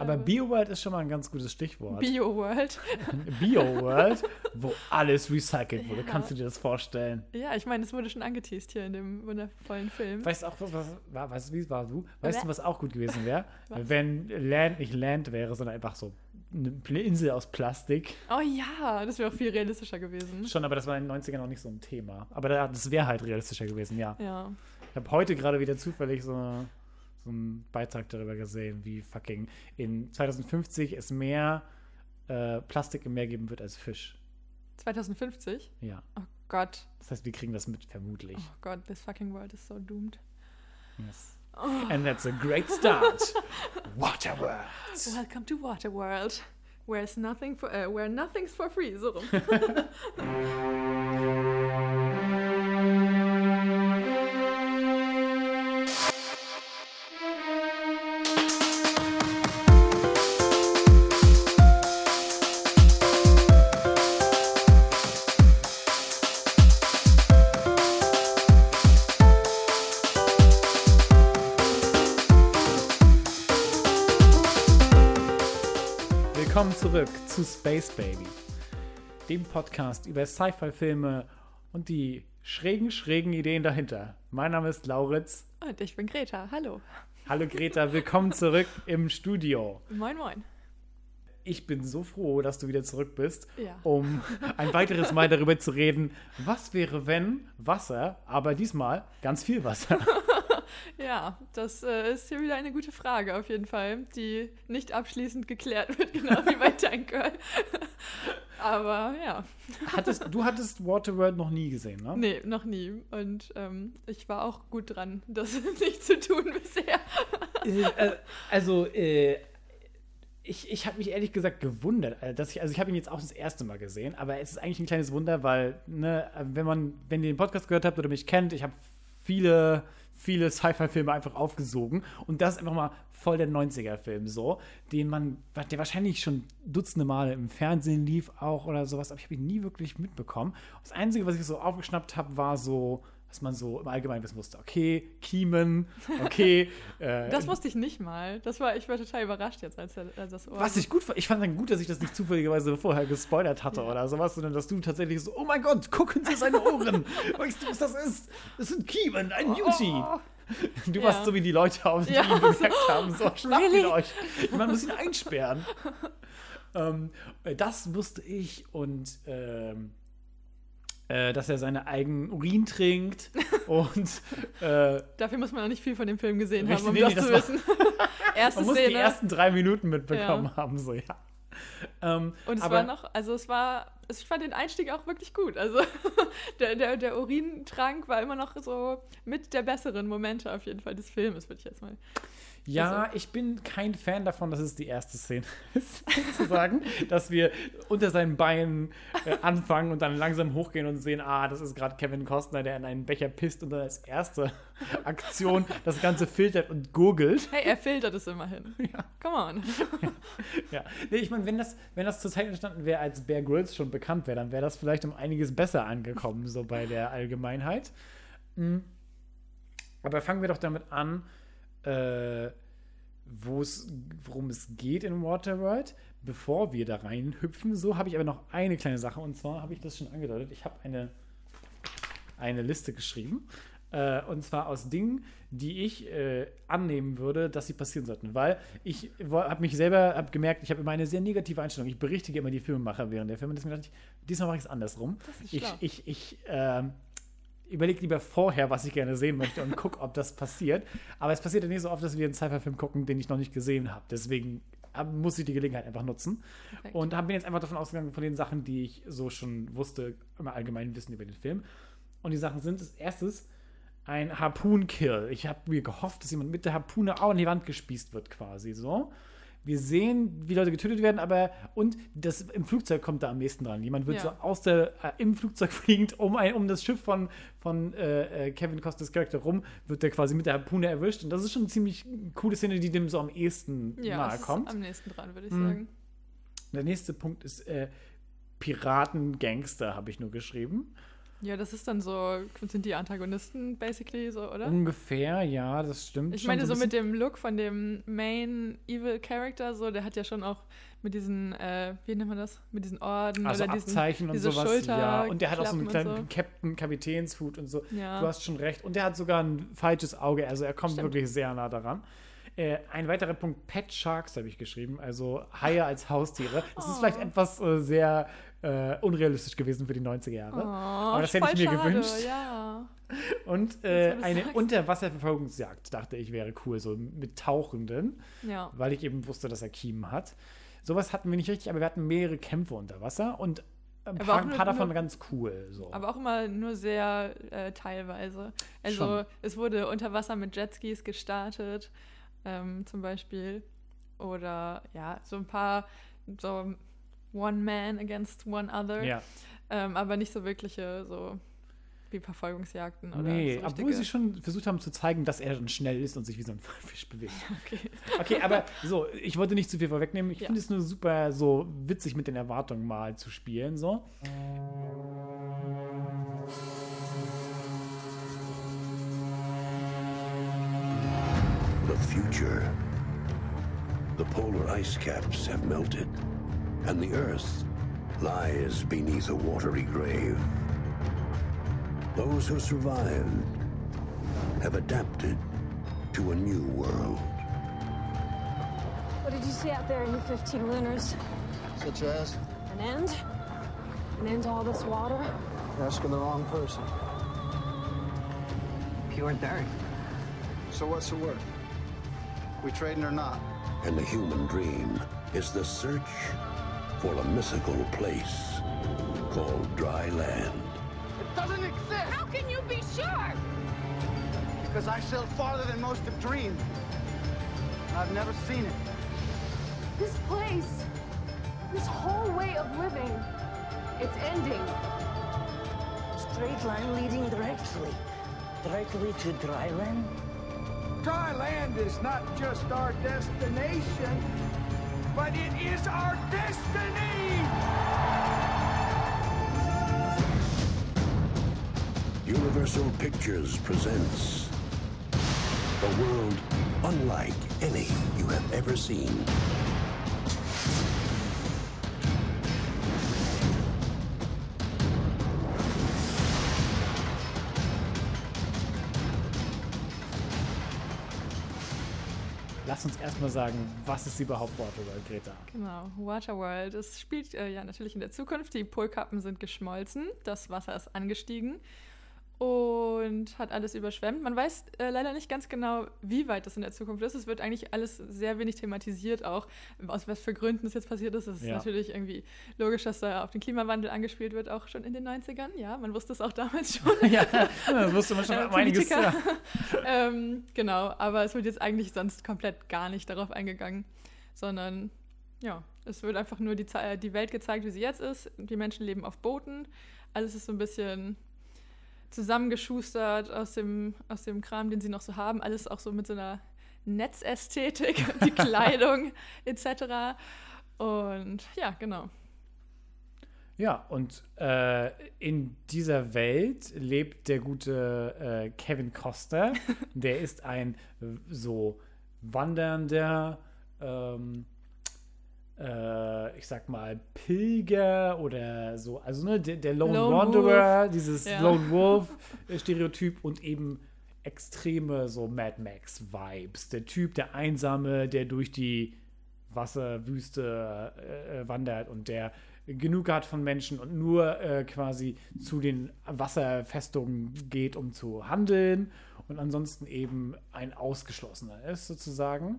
Aber Bio-World ist schon mal ein ganz gutes Stichwort. Bio-World. Bio-World, wo alles recycelt wurde. Kannst du dir das vorstellen? Ja, ich meine, es wurde schon angeteased hier in dem wundervollen Film. Weißt du auch, Weißt du, was auch gut gewesen wäre? Wenn Land nicht Land wäre, sondern einfach so eine Insel aus Plastik. Oh ja, das wäre auch viel realistischer gewesen. Schon, aber das war in den 90ern auch nicht so ein Thema. Aber das wäre halt realistischer gewesen, ja. Ja. Ich habe heute gerade wieder zufällig so einen Beitrag darüber gesehen, wie fucking in 2050 es mehr Plastik im Meer geben wird als Fisch. 2050? Ja. Oh Gott. Das heißt, wir kriegen das mit, vermutlich. Oh Gott, this fucking world is so doomed. Yes. Oh. And that's a great start. Waterworld. Welcome to Waterworld. Where nothing's for free. So rum. Willkommen zurück zu Space Baby, dem Podcast über Sci-Fi-Filme und die schrägen Ideen dahinter. Mein Name ist Lauritz. Und ich bin Greta. Hallo. Hallo Greta, willkommen zurück im Studio. Moin, moin. Ich bin so froh, dass du wieder zurück bist, ja. Um ein weiteres Mal darüber zu reden, was wäre, wenn Wasser, aber diesmal ganz viel Wasser. Ja, das ist hier wieder eine gute Frage auf jeden Fall, die nicht abschließend geklärt wird, genau wie bei Tank Girl. Aber ja. Du hattest Waterworld noch nie gesehen, ne? Nee, noch nie. Und ich war auch gut dran, das nicht zu tun bisher. Ich habe mich ehrlich gesagt gewundert, ich habe ihn jetzt auch das erste Mal gesehen, aber es ist eigentlich ein kleines Wunder, weil, ne, wenn ihr den Podcast gehört habt oder mich kennt, ich habe viele Sci-Fi-Filme einfach aufgesogen und das ist einfach mal voll der 90er-Film so, der wahrscheinlich schon dutzende Male im Fernsehen lief auch oder sowas, aber ich habe ihn nie wirklich mitbekommen. Das Einzige, was ich so aufgeschnappt habe, war so, was man so im Allgemeinen wissen wusste. Okay, Kiemen, okay. Das wusste ich nicht mal. Ich war total überrascht jetzt, als das Ohr. Was ich gut fand, ich fand dann gut, dass ich das nicht zufälligerweise vorher gespoilert hatte oder sowas, sondern dass du tatsächlich so, oh mein Gott, gucken Sie seine Ohren. Weißt du, was das ist? Das sind Kiemen, ein Beauty. Du warst so wie die Leute, die ihn bemerkt haben. So, schnappt ihn euch. Man muss ihn einsperren. Das wusste ich und dass er seine eigenen Urin trinkt und dafür muss man auch nicht viel von dem Film gesehen haben, um das zu wissen. Man muss die ersten 3 Minuten mitbekommen haben, so, ja. Und ich fand den Einstieg auch wirklich gut. Also der Urintrank war immer noch so mit der besseren Momente auf jeden Fall des Filmes, würde ich jetzt mal. Ja, ich bin kein Fan davon, dass es die erste Szene ist, sozusagen, dass wir unter seinen Beinen anfangen und dann langsam hochgehen und sehen, das ist gerade Kevin Costner, der in einen Becher pisst und dann als erste Aktion das Ganze filtert und gurgelt. Hey, er filtert es immerhin. Ja. Come on. Ja. Nee, ich meine, wenn das zur Zeit entstanden wäre, als Bear Grylls schon bekannt wäre, dann wäre das vielleicht um einiges besser angekommen, so bei der Allgemeinheit. Aber fangen wir doch damit an, worum es geht in Waterworld. Bevor wir da reinhüpfen, so habe ich aber noch eine kleine Sache, und zwar habe ich das schon angedeutet. Ich habe eine Liste geschrieben, und zwar aus Dingen, die ich annehmen würde, dass sie passieren sollten, weil ich habe gemerkt, ich habe immer eine sehr negative Einstellung. Ich berichtige immer die Filmemacher während der Filme, deswegen dachte ich, diesmal mache ich es andersrum. Das ist schlau. Ich überlege lieber vorher, was ich gerne sehen möchte und gucke, ob das passiert. Aber es passiert ja nicht so oft, dass wir einen Sci-Fi-Film gucken, den ich noch nicht gesehen habe. Deswegen muss ich die Gelegenheit einfach nutzen. Perfekt. Und bin jetzt einfach davon ausgegangen, von den Sachen, die ich so schon wusste, im allgemeinen Wissen über den Film. Und die Sachen sind, als erstes ein Harpoon-Kill. Ich habe mir gehofft, dass jemand mit der Harpune auch an die Wand gespießt wird, quasi so. Wir sehen, wie Leute getötet werden, und das im Flugzeug kommt da am nächsten dran. Jemand wird im Flugzeug fliegend um das Schiff von Kevin Costners Charakter rum, wird der quasi mit der Harpune erwischt. Und das ist schon eine ziemlich coole Szene, die dem so am ehesten nahe kommt. Am nächsten dran, würde ich sagen. Der nächste Punkt ist Piraten-Gangster, habe ich nur geschrieben. Ja, das ist dann so, sind die Antagonisten basically so, oder? Ungefähr, ja, das stimmt. Ich meine, so mit dem Look von dem Main Evil Character, so, der hat ja schon auch mit diesen, wie nennt man das? Mit diesen Orden also oder Abzeichen diese und sowas. Schulter ja, und der hat auch so einen kleinen so. Kapitänshut und so. Ja. Du hast schon recht. Und der hat sogar ein falsches Auge, also er kommt wirklich sehr nah daran. Ein weiterer Punkt, Pet Sharks habe ich geschrieben, also Haie als Haustiere. Das ist vielleicht etwas sehr unrealistisch gewesen für die 90er Jahre. Aber das hätte ich mir gewünscht. Ja. Und eine Unterwasserverfolgungsjagd, dachte ich, wäre cool, so mit Tauchenden, weil ich eben wusste, dass er Kiemen hat. Sowas hatten wir nicht richtig, aber wir hatten mehrere Kämpfe unter Wasser und ein paar davon ganz cool. So. Aber auch immer nur sehr teilweise. Also schon. Es wurde unter Wasser mit Jetskis gestartet, zum Beispiel. Oder ja, so ein paar so One Man against One Other. Ja. Aber nicht so wirkliche so wie Verfolgungsjagden oder nee, so obwohl sie schon versucht haben zu zeigen, dass er dann schnell ist und sich wie so ein Fisch bewegt. Okay, aber so, ich wollte nicht zu viel vorwegnehmen. Ich finde es nur super so witzig, mit den Erwartungen mal zu spielen. So. The future. The polar ice caps have melted, and the Earth lies beneath a watery grave. Those who survived have adapted to a new world. What did you see out there in your 15 lunars? Such as? An end? An end to all this water? You're asking the wrong person. Pure dirt. So what's the word? We trading or not? And the human dream is the search for a mythical place called dry land. It doesn't exist! How can you be sure? Because I sailed farther than most have dreamed. I've never seen it. This place, this whole way of living, it's ending. Straight line leading directly to dry land? Dry land is not just our destination, but it is our destiny! Universal Pictures presents a world unlike any you have ever seen. Lass uns erstmal sagen, was ist überhaupt Waterworld, Greta? Genau, Waterworld. Es spielt ja natürlich in der Zukunft. Die Polkappen sind geschmolzen, das Wasser ist angestiegen und hat alles überschwemmt. Man weiß leider nicht ganz genau, wie weit das in der Zukunft ist. Es wird eigentlich alles sehr wenig thematisiert, auch aus was für Gründen es jetzt passiert ist. Es ist natürlich irgendwie logisch, dass da auf den Klimawandel angespielt wird, auch schon in den 90ern. Ja, man wusste es auch damals schon. Ja, das wusste man schon einiges. Ja. Genau, aber es wird jetzt eigentlich sonst komplett gar nicht darauf eingegangen, sondern ja, es wird einfach nur die Welt gezeigt, wie sie jetzt ist. Die Menschen leben auf Booten. Alles ist so ein bisschen zusammengeschustert aus dem Kram, den sie noch so haben. Alles auch so mit so einer Netzästhetik, die Kleidung etc. Und ja, genau. Ja, und in dieser Welt lebt der gute Kevin Costner. Der ist ein so wandernder ich sag mal, Pilger oder so, also ne, der Lone Wanderer, dieses Lone Wolf-Stereotyp und eben extreme so Mad Max-Vibes. Der Typ, der Einsame, der durch die Wasserwüste wandert und der genug hat von Menschen und nur quasi zu den Wasserfestungen geht, um zu handeln und ansonsten eben ein Ausgeschlossener ist, sozusagen.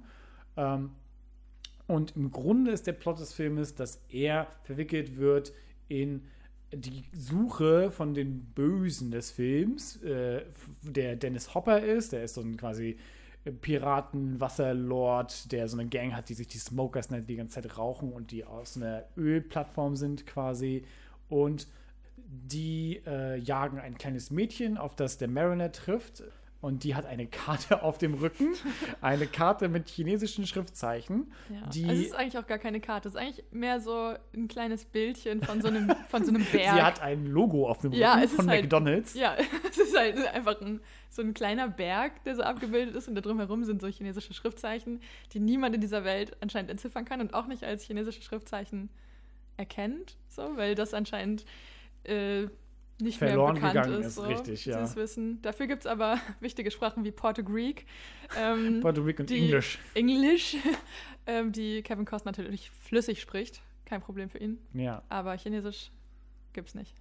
Und im Grunde ist der Plot des Filmes, dass er verwickelt wird in die Suche von den Bösen des Films, der Dennis Hopper ist. Der ist so ein quasi Piraten-Wasserlord, der so eine Gang hat, die sich die Smokers nennt, die ganze Zeit rauchen und die aus einer Ölplattform sind quasi. Und die jagen ein kleines Mädchen, auf das der Mariner trifft. Und die hat eine Karte auf dem Rücken, eine Karte mit chinesischen Schriftzeichen. Ja. Die Also es ist eigentlich auch gar keine Karte, es ist eigentlich mehr so ein kleines Bildchen von so einem Berg. Sie hat ein Logo auf dem Rücken von halt, McDonald's. Ja, es ist halt einfach so ein kleiner Berg, der so abgebildet ist und da drumherum sind so chinesische Schriftzeichen, die niemand in dieser Welt anscheinend entziffern kann und auch nicht als chinesische Schriftzeichen erkennt, so, weil das anscheinend nicht verloren mehr bekannt gegangen ist, so, richtig, ja. dieses Wissen. Dafür gibt es aber wichtige Sprachen wie Portogreek. Portogreek und Englisch. Englisch, die Kevin Costner natürlich flüssig spricht. Kein Problem für ihn. Ja. Aber Chinesisch gibt's nicht.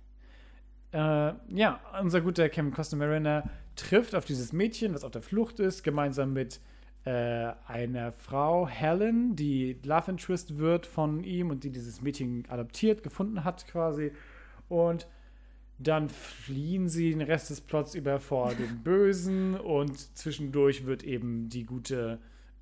Ja, unser guter Kevin Costner Mariner trifft auf dieses Mädchen, was auf der Flucht ist, gemeinsam mit einer Frau, Helen, die Love Interest wird von ihm und die dieses Mädchen adoptiert, gefunden hat quasi. Und dann fliehen sie den Rest des Plots über vor dem Bösen und zwischendurch wird eben die gute,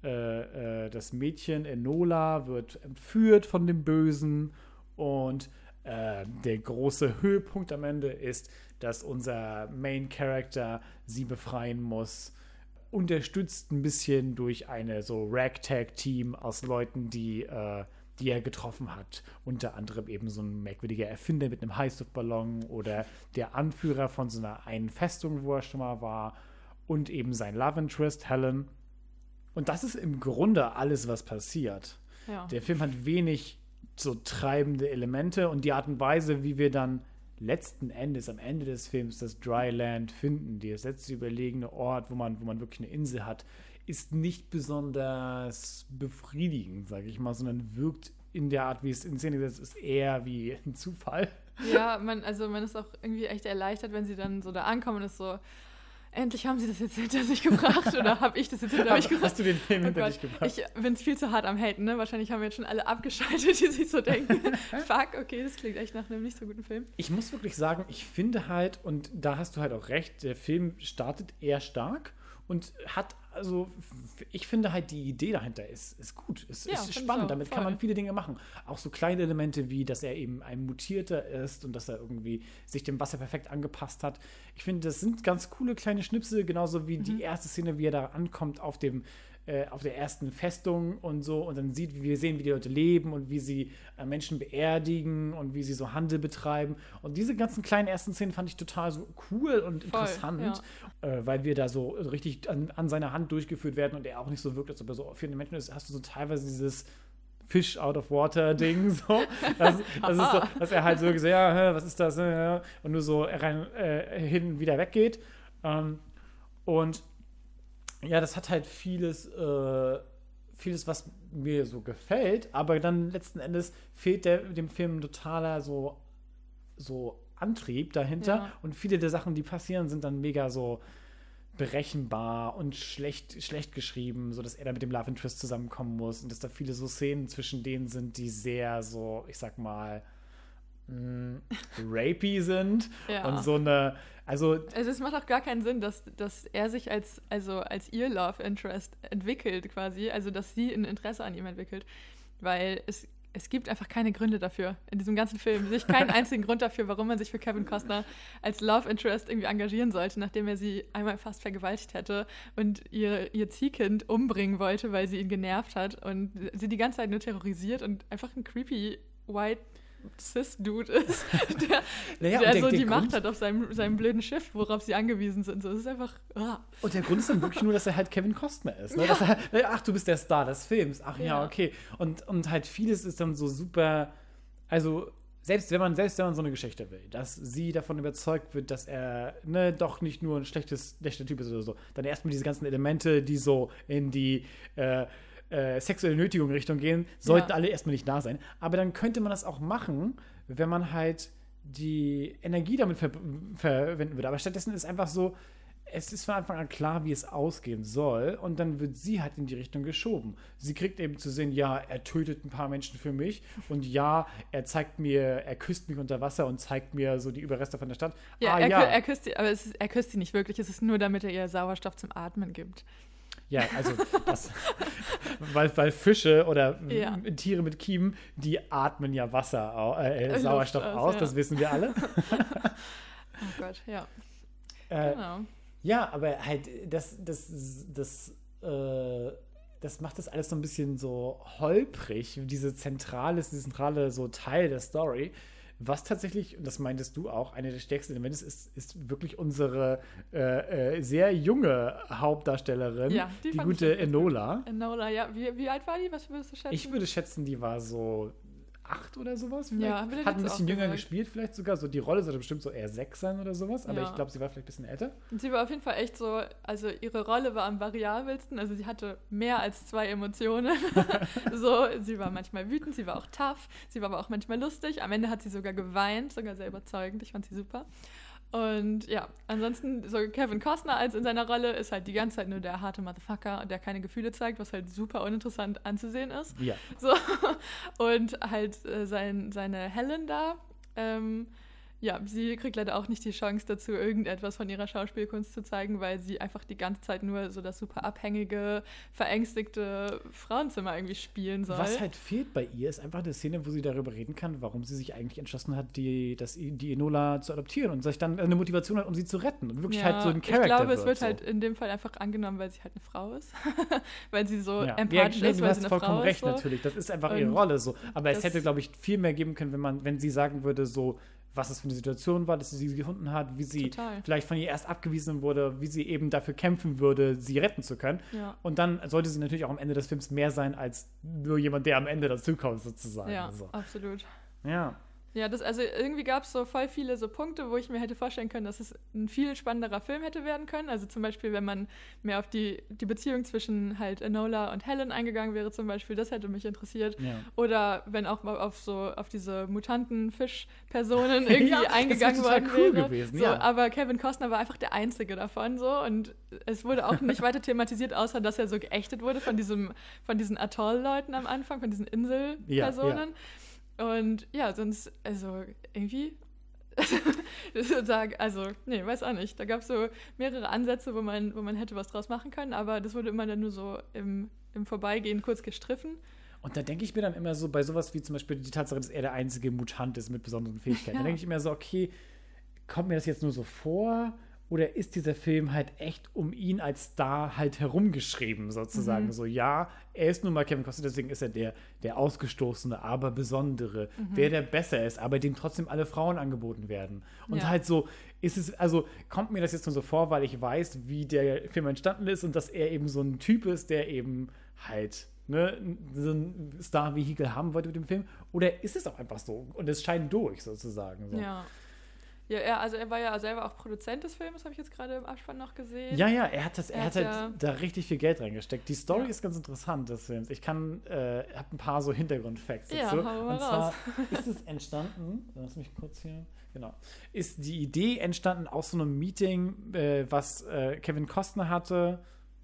das Mädchen Enola wird entführt von dem Bösen und der große Höhepunkt am Ende ist, dass unser Main Character sie befreien muss, unterstützt ein bisschen durch eine so Ragtag-Team aus Leuten, die er getroffen hat. Unter anderem eben so ein merkwürdiger Erfinder mit einem Heißluftballon oder der Anführer von so einer einen Festung, wo er schon mal war und eben sein Love Interest, Helen. Und das ist im Grunde alles, was passiert. Ja. Der Film hat wenig so treibende Elemente und die Art und Weise, wie wir dann letzten Endes am Ende des Films das Dry Land finden, das letzte überlegene Ort, wo man wirklich eine Insel hat, ist nicht besonders befriedigend, sage ich mal, sondern wirkt in der Art, wie es in Szene gesetzt ist, eher wie ein Zufall. Ja, man ist auch irgendwie echt erleichtert, wenn sie dann so da ankommen und ist so, endlich haben sie das jetzt hinter sich gebracht oder habe ich das jetzt hinter mich gebracht? Hast du den Film hinter dich gebracht? Ich bin viel zu hart am Haten, ne? Wahrscheinlich haben wir jetzt schon alle abgeschaltet, die sich so denken, fuck, okay, das klingt echt nach einem nicht so guten Film. Ich muss wirklich sagen, ich finde halt, und da hast du halt auch recht, der Film startet eher stark und hat, also ich finde halt, die Idee dahinter ist gut, ist spannend, damit kann man viele Dinge machen. Auch so kleine Elemente wie, dass er eben ein Mutierter ist und dass er irgendwie sich dem Wasser perfekt angepasst hat. Ich finde, das sind ganz coole kleine Schnipsel, genauso wie die erste Szene, wie er da ankommt auf der ersten Festung und so und dann wir sehen, wie die Leute leben und wie sie Menschen beerdigen und wie sie so Handel betreiben. Und diese ganzen kleinen ersten Szenen fand ich total so cool und interessant, weil wir da so richtig an seiner Hand durchgeführt werden und er auch nicht so wirkt, als ob er so für den Menschen ist. Hast du so teilweise dieses Fish out of water Ding, so. Das ist so, dass er halt so gesagt, ja, was ist das? Und nur so hin wieder weggeht. Und ja, das hat halt vieles, was mir so gefällt, aber dann letzten Endes fehlt dem Film ein totaler so Antrieb dahinter und viele der Sachen, die passieren, sind dann mega so berechenbar und schlecht geschrieben, so dass er da mit dem Love Interest zusammenkommen muss und dass da viele so Szenen zwischen denen sind, die sehr so, ich sag mal, rapey sind und so eine, also es macht auch gar keinen Sinn, dass er sich als ihr Love Interest entwickelt quasi, also dass sie ein Interesse an ihm entwickelt, weil es gibt einfach keine Gründe dafür in diesem ganzen Film, sich keinen einzigen Grund dafür, warum man sich für Kevin Costner als Love Interest irgendwie engagieren sollte, nachdem er sie einmal fast vergewaltigt hätte und ihr Ziehkind umbringen wollte, weil sie ihn genervt hat und sie die ganze Zeit nur terrorisiert und einfach ein creepy white Cis-Dude ist, der so die Macht hat auf seinem blöden Schiff, worauf sie angewiesen sind. So, es ist einfach. Und der Grund ist dann wirklich nur, dass er halt Kevin Costner ist. Ne? Ach, du bist der Star des Films. Ach ja, okay. Und halt vieles ist dann so super. Also, selbst wenn man so eine Geschichte will, dass sie davon überzeugt wird, dass er doch nicht nur ein schlechter Typ ist oder so, dann erstmal diese ganzen Elemente, die so in die sexuelle Nötigung Richtung gehen, sollten alle erstmal nicht da sein. Aber dann könnte man das auch machen, wenn man halt die Energie damit verwenden würde. Aber stattdessen ist einfach so, es ist von Anfang an klar, wie es ausgehen soll und dann wird sie halt in die Richtung geschoben. Sie kriegt eben zu sehen, ja, er tötet ein paar Menschen für mich und ja, er küsst mich unter Wasser und zeigt mir so die Überreste von der Stadt. Ja, er küsst sie, aber er küsst sie nicht wirklich, es ist nur, damit er ihr Sauerstoff zum Atmen gibt. Ja, also weil Fische oder Tiere mit Kiemen, die atmen ja Sauerstoff aus, das wissen wir alle. Oh Gott, ja. Genau. Ja, aber halt, das macht das alles so ein bisschen so holprig, dieses zentrale so Teil der Story. Was tatsächlich, und das meintest du auch, eine der stärksten Elemente ist wirklich unsere sehr junge Hauptdarstellerin, die gute Enola. Enola, ja. Wie alt war die? Was würdest du schätzen? Ich würde schätzen, die war so 8 oder sowas vielleicht. Ja, hat ein bisschen jünger gespielt vielleicht sogar. So die Rolle sollte bestimmt so eher 6 sein oder sowas. Aber ich glaube, sie war vielleicht ein bisschen älter. Und sie war auf jeden Fall echt so, also ihre Rolle war am variabelsten. Also sie hatte mehr als 2 Emotionen. So, sie war manchmal wütend, sie war auch tough, sie war aber auch manchmal lustig. Am Ende hat sie sogar geweint, sogar sehr überzeugend. Ich fand sie super. Und ja, ansonsten, so Kevin Costner als in seiner Rolle ist halt die ganze Zeit nur der harte Motherfucker, der keine Gefühle zeigt, was halt super uninteressant anzusehen ist. Ja. So. Und halt seine Helen da, ja, sie kriegt leider auch nicht die Chance dazu, irgendetwas von ihrer Schauspielkunst zu zeigen, weil sie einfach die ganze Zeit nur so das super abhängige, verängstigte Frauenzimmer irgendwie spielen soll. Was halt fehlt bei ihr, ist einfach eine Szene, wo sie darüber reden kann, warum sie sich eigentlich entschlossen hat, die Enola zu adoptieren und sich dann eine Motivation hat, um sie zu retten und wirklich halt so ein Charakter Ich glaube, es wird so. halt in dem Fall einfach angenommen, weil sie halt eine Frau ist. Weil sie so empathisch ist, du weil hast sie eine vollkommen Frau recht, ist. So. Natürlich, das ist einfach ihre Rolle so. Aber es hätte, glaube ich, viel mehr geben können, wenn sie sagen würde, so was es für eine Situation war, dass sie gefunden hat, wie sie vielleicht von ihr erst abgewiesen wurde, wie sie eben dafür kämpfen würde, sie retten zu können. Ja. Und dann sollte sie natürlich auch am Ende des Films mehr sein, als nur jemand, der am Ende dazukommt, sozusagen. Ja, so. absolut. Ja. Ja, also irgendwie gab es so voll viele so Punkte, wo ich mir hätte vorstellen können, dass es ein viel spannenderer Film hätte werden können. Also zum Beispiel, wenn man mehr auf die Beziehung zwischen halt Enola und Helen eingegangen wäre zum Beispiel, das hätte mich interessiert. Ja. Oder wenn auch mal auf diese mutanten Fischpersonen irgendwie eingegangen worden cool wäre. Gewesen, so, aber Kevin Costner war einfach der Einzige davon so und es wurde auch nicht weiter thematisiert, außer dass er so geächtet wurde von diesen Atoll-Leuten am Anfang, von diesen Inselpersonen. Ja. Und ja, sonst, also irgendwie, weiß auch nicht. Da gab es so mehrere Ansätze, wo man hätte was draus machen können, aber das wurde immer dann nur so im Vorbeigehen kurz gestriffen. Und da denke ich mir dann immer so, bei sowas wie zum Beispiel die Tatsache, dass er der einzige Mutant ist mit besonderen Fähigkeiten, da denke ich immer so, okay, kommt mir das jetzt nur so vor? Oder ist dieser Film halt echt um ihn als Star halt herumgeschrieben, sozusagen? So, ja, er ist nun mal Kevin Costner, deswegen ist er der Ausgestoßene, aber Besondere, der besser ist, aber dem trotzdem alle Frauen angeboten werden. Und halt so, kommt mir das jetzt nur so vor, weil ich weiß, wie der Film entstanden ist und dass er eben so ein Typ ist, der eben halt so ein Star-Vehikel haben wollte mit dem Film? Oder ist es auch einfach so? Und es scheint durch, sozusagen. So. Ja. Ja, er war ja selber auch Produzent des Films, habe ich jetzt gerade im Abspann noch gesehen. Ja, er hat halt da richtig viel Geld reingesteckt. Die Story ist ganz interessant des Films. Ich habe ein paar so Hintergrundfacts dazu. Ja, hau mal und zwar ist es entstanden, lass mich kurz hier, genau, ist die Idee entstanden aus so einem Meeting, was Kevin Costner hatte,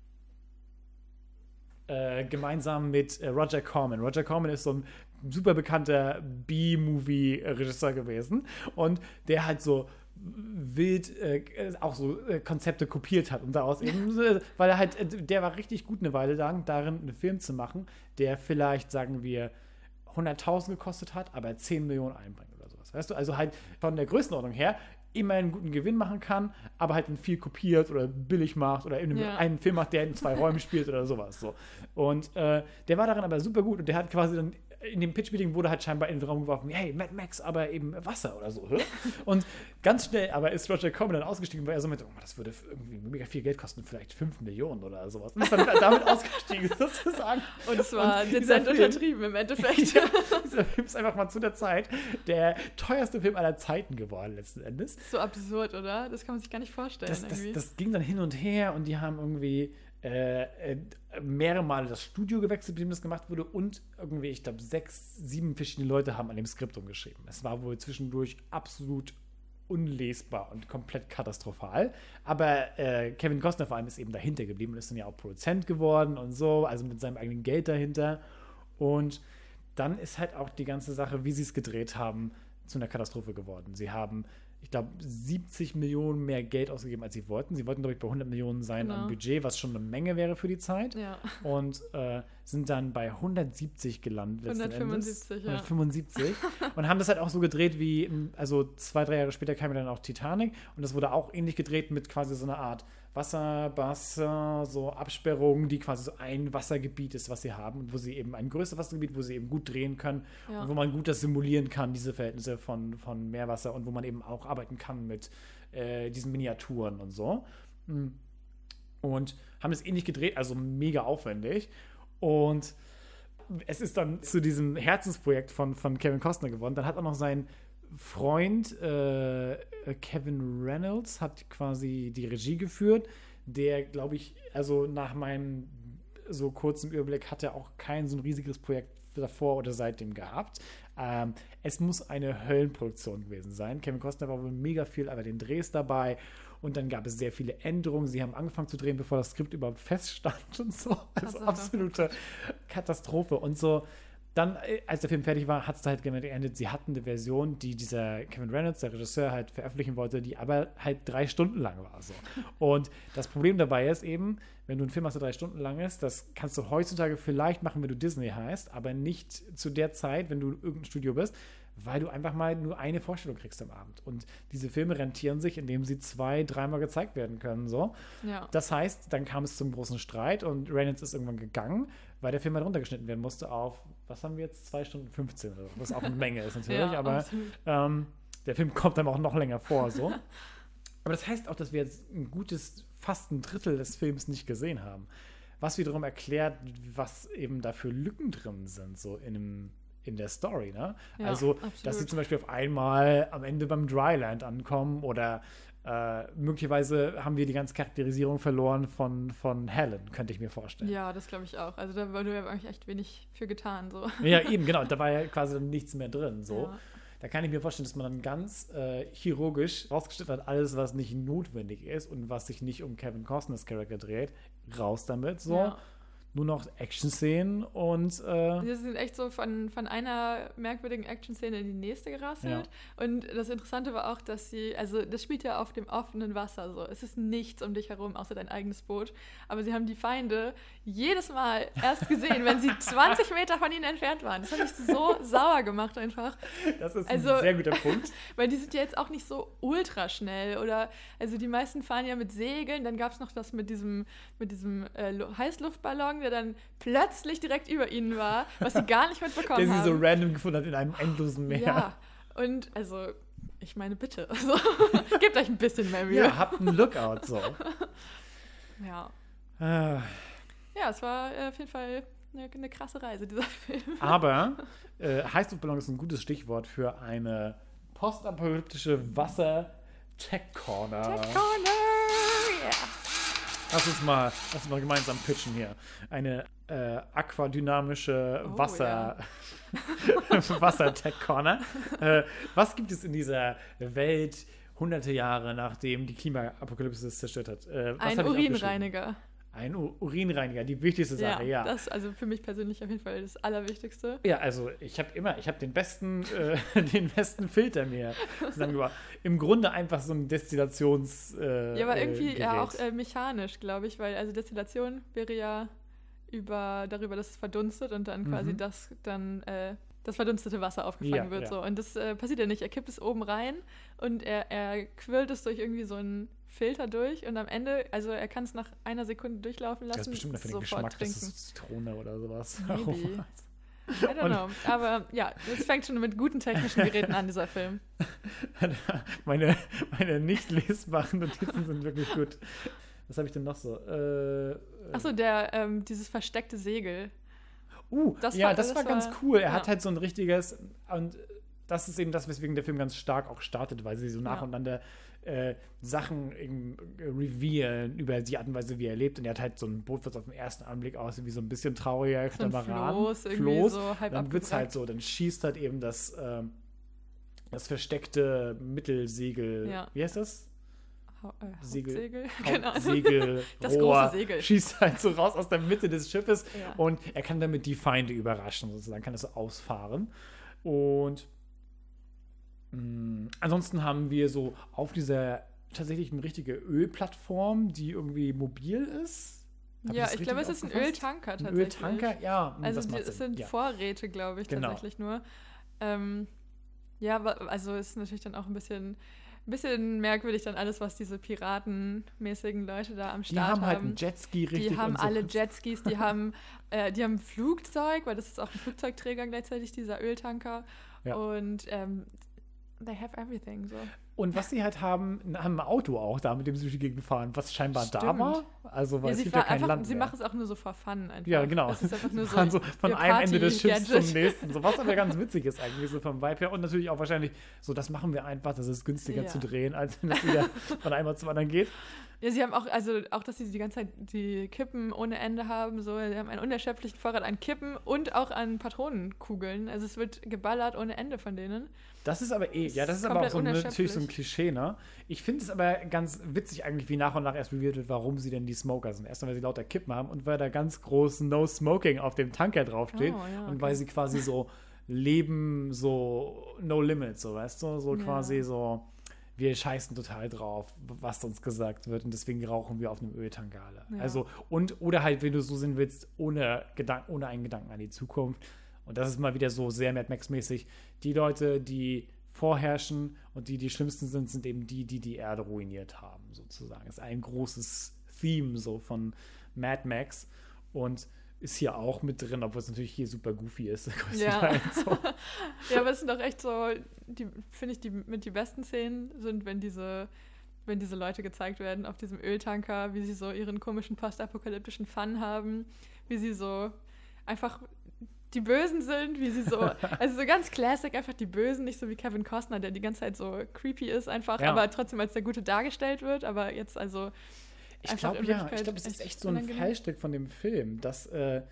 gemeinsam mit Roger Corman. Roger Corman ist so ein super bekannter B-Movie-Regisseur gewesen und der halt so wild auch so Konzepte kopiert hat und daraus eben, weil er halt, der war richtig gut eine Weile lang darin, einen Film zu machen, der vielleicht, sagen wir, 100.000 gekostet hat, aber 10 Millionen einbringt oder sowas. Weißt du, also halt von der Größenordnung her immer einen guten Gewinn machen kann, aber halt viel kopiert oder billig macht oder in einen Film macht, der in 2 Räumen spielt oder sowas. So. Und der war darin aber super gut und der hat quasi dann in dem Pitch-Meeting wurde halt scheinbar in den Raum geworfen, hey, Mad Max, aber eben Wasser oder so. Und ganz schnell aber ist Roger Corman dann ausgestiegen, weil er so mit, das würde irgendwie mega viel Geld kosten, vielleicht 5 Millionen oder sowas. Und ist dann damit ausgestiegen, sozusagen. Und es war dezent untertrieben im Endeffekt. Dieser Film ist einfach mal zu der Zeit der teuerste Film aller Zeiten geworden, letzten Endes. So absurd, oder? Das kann man sich gar nicht vorstellen. Das ging dann hin und her und die haben irgendwie mehrere Male das Studio gewechselt, mit dem das gemacht wurde und irgendwie, ich glaube, 6, 7 verschiedene Leute haben an dem Skript umgeschrieben. Es war wohl zwischendurch absolut unlesbar und komplett katastrophal, aber Kevin Costner vor allem ist eben dahinter geblieben und ist dann ja auch Produzent geworden und so, also mit seinem eigenen Geld dahinter und dann ist halt auch die ganze Sache, wie sie es gedreht haben, zu einer Katastrophe geworden. Sie haben, ich glaube, 70 Millionen mehr Geld ausgegeben, als sie wollten. Sie wollten, glaube ich, bei 100 Millionen sein am Budget, was schon eine Menge wäre für die Zeit. Ja. Und sind dann bei 170 gelandet. 175, ja. 175. Und haben das halt auch so gedreht wie, also 2, 3 Jahre später kam dann auch Titanic. Und das wurde auch ähnlich gedreht mit quasi so einer Art Wasserbassin, so Absperrungen, die quasi so ein Wassergebiet ist, was sie haben, wo sie eben ein größeres Wassergebiet, wo sie eben gut drehen können und wo man gut das simulieren kann, diese Verhältnisse von Meerwasser und wo man eben auch arbeiten kann mit diesen Miniaturen und so. Und haben es ähnlich gedreht, also mega aufwendig. Und es ist dann zu diesem Herzensprojekt von Kevin Costner geworden. Dann hat auch noch sein Freund Kevin Reynolds hat quasi die Regie geführt, der, glaube ich, also nach meinem so kurzen Überblick hat er auch kein so ein riesiges Projekt davor oder seitdem gehabt. Es muss eine Höllenproduktion gewesen sein. Kevin Costner war wohl mega viel aber den Drehs dabei und dann gab es sehr viele Änderungen. Sie haben angefangen zu drehen, bevor das Skript überhaupt feststand und so. Also absolute Katastrophe und so. Dann, als der Film fertig war, hat es halt geendet, sie hatten eine Version, die dieser Kevin Reynolds, der Regisseur, halt veröffentlichen wollte, die aber halt 3 Stunden lang war. So. Und das Problem dabei ist eben, wenn du einen Film hast, der 3 Stunden lang ist, das kannst du heutzutage vielleicht machen, wenn du Disney heißt, aber nicht zu der Zeit, wenn du irgendein Studio bist, weil du einfach mal nur eine Vorstellung kriegst am Abend. Und diese Filme rentieren sich, indem sie 2-3 Mal gezeigt werden können. So. Ja. Das heißt, dann kam es zum großen Streit und Reynolds ist irgendwann gegangen, weil der Film halt runtergeschnitten werden musste auf, was haben wir jetzt, 2 Stunden 15 oder so, was auch eine Menge ist natürlich, ja, aber der Film kommt dann auch noch länger vor. So. Aber das heißt auch, dass wir jetzt fast ein Drittel des Films nicht gesehen haben. Was wiederum erklärt, was eben da für Lücken drin sind, so in der Story, ne? Ja, also, absolut. Dass sie zum Beispiel auf einmal am Ende beim Dryland ankommen oder möglicherweise haben wir die ganze Charakterisierung verloren von Helen, könnte ich mir vorstellen. Ja, das glaube ich auch. Also da wurde ja eigentlich echt wenig für getan. So. Ja, eben, genau. Da war ja quasi dann nichts mehr drin. So. Ja. Da kann ich mir vorstellen, dass man dann ganz chirurgisch rausgestellt hat, alles, was nicht notwendig ist und was sich nicht um Kevin Costners Charakter dreht, raus damit. So. Ja. Nur noch Action-Szenen und die sind echt so von einer merkwürdigen Action-Szene in die nächste gerasselt. Ja. Und das Interessante war auch, dass das spielt ja auf dem offenen Wasser so. Es ist nichts um dich herum, außer dein eigenes Boot. Aber sie haben die Feinde jedes Mal erst gesehen, wenn sie 20 Meter von ihnen entfernt waren. Das hat mich so sauer gemacht einfach. Das ist ein sehr guter Punkt. Weil die sind ja jetzt auch nicht so ultra schnell. Also die meisten fahren ja mit Segeln. Dann gab es noch das mit diesem Heißluftballon, der dann plötzlich direkt über ihnen war, was sie gar nicht mitbekommen haben. Der sie so random gefunden hat in einem endlosen Meer. Ja, und also, ich meine, bitte, also, gebt euch ein bisschen mehr Mühe. Ja, habt einen Lookout, so. Ja. Ja, es war auf jeden Fall eine krasse Reise, dieser Film. Aber Heißluftballon ist ein gutes Stichwort für eine postapokalyptische Wasser-Tech-Corner. Tech-Corner, yeah. Lass uns mal gemeinsam pitchen hier. Eine aquadynamische Wasser-Tech-Corner. Was gibt es in dieser Welt hunderte Jahre, nachdem die Klimaapokalypse es zerstört hat? Ein Urinreiniger. Ein Urinreiniger, die wichtigste Sache, ja. Das ist also für mich persönlich auf jeden Fall das Allerwichtigste. Ja, also ich habe den besten Filter mir zusammengebracht. Im Grunde einfach so ein Destillations ja, aber irgendwie ja auch mechanisch, glaube ich, weil also Destillation wäre ja darüber, dass es verdunstet und dann quasi das verdunstete Wasser aufgefangen wird. Ja. So. Und das passiert ja nicht. Er kippt es oben rein und er quirlt es durch irgendwie so einen Filter durch und am Ende, also er kann es nach einer Sekunde durchlaufen lassen. Das ist bestimmt für den Geschmack, trinken. Das ist Zitrone oder sowas. Maybe. I don't know. Aber ja, es fängt schon mit guten technischen Geräten an, dieser Film. Meine nicht lesbaren Notizen sind wirklich gut. Was habe ich denn noch so? Achso, dieses versteckte Segel. Das war ganz cool. Er hat halt so ein richtiges, und das ist eben das, weswegen der Film ganz stark auch startet, weil sie so nacheinander Sachen revealen über die Art und Weise, wie er lebt. Und er hat halt so ein Boot, was auf den ersten Anblick aussieht wie so ein bisschen trauriger Katamaran. Floß. So halb dann wird es halt so, dann schießt halt eben das versteckte Mittelsegel. Ja. Wie heißt das? Segel. Segel, das große Segel. Schießt halt so raus aus der Mitte des Schiffes und er kann damit die Feinde überraschen, sozusagen, kann das so ausfahren. Und ansonsten haben wir so auf dieser tatsächlich eine richtige Ölplattform, die irgendwie mobil ist. Ja, ich glaube, es ist ein Öltanker tatsächlich. Ein Öltanker, ja. Also es sind Vorräte, glaube ich, tatsächlich nur. Ja, also es ist natürlich dann auch ein bisschen bisschen merkwürdig dann alles, was diese piratenmäßigen Leute da am Die Start haben halt einen Jetski richtig. Die haben und so. alle Jetskis, die haben ein Flugzeug, weil das ist auch ein Flugzeugträger gleichzeitig, dieser Öltanker. Ja. Und they have everything. So. Und was sie halt haben ein Auto auch da, mit dem sie durch die Gegend fahren, was scheinbar da Stimmt. war. Also, weil Ja, es sie gibt ja kein einfach, Land sie mehr. machen es auch nur so for fun einfach. Ja, genau. Das ist einfach nur fahren so von ihr einem Ende des Schiffs Party-Gadget. zum nächsten. So, was aber ganz witzig ist eigentlich, so vom Vibe her. Und natürlich auch wahrscheinlich so, das machen wir einfach, das ist günstiger Ja. zu drehen, als wenn es wieder von einem zum anderen geht. Ja, sie haben auch, dass sie die ganze Zeit die Kippen ohne Ende haben. So, sie haben einen unerschöpflichen Vorrat an Kippen und auch an Patronenkugeln. Also es wird geballert ohne Ende von denen. Das ist aber das ist aber auch komplett so natürlich so ein unerschöpflich. Klischee, ne? Ich finde es aber ganz witzig eigentlich, wie nach und nach erst revealed wird, warum sie denn die Smoker sind. Erstmal, weil sie lauter Kippen haben und weil da ganz groß No Smoking auf dem Tanker draufsteht. Oh, ja, und okay. weil sie quasi so leben, so No Limits, so, weißt du? So Ja. quasi so, wir scheißen total drauf, was uns gesagt wird und deswegen rauchen wir auf einem Öltanker alle. Ja. Also, oder halt, wenn du so sehen willst, ohne einen Gedanken an die Zukunft. Und das ist mal wieder so sehr Mad Max-mäßig. Die Leute, die vorherrschen und die schlimmsten sind, sind eben die Erde ruiniert haben, sozusagen. Das ist ein großes Theme so von Mad Max und ist hier auch mit drin, obwohl es natürlich hier super goofy ist. Ja. So. Ja, aber es sind doch echt so, finde ich, die besten Szenen sind, wenn diese Leute gezeigt werden auf diesem Öltanker, wie sie so ihren komischen postapokalyptischen Fun haben, wie sie so einfach die Bösen sind, wie sie so, also so ganz classic, einfach die Bösen, nicht so wie Kevin Costner, der die ganze Zeit so creepy ist einfach, Ja. aber trotzdem als der Gute dargestellt wird, aber jetzt also Ich einfach glaube, in Wirklichkeit es ist echt so ein unangenehm. Fallstrick von dem Film, dass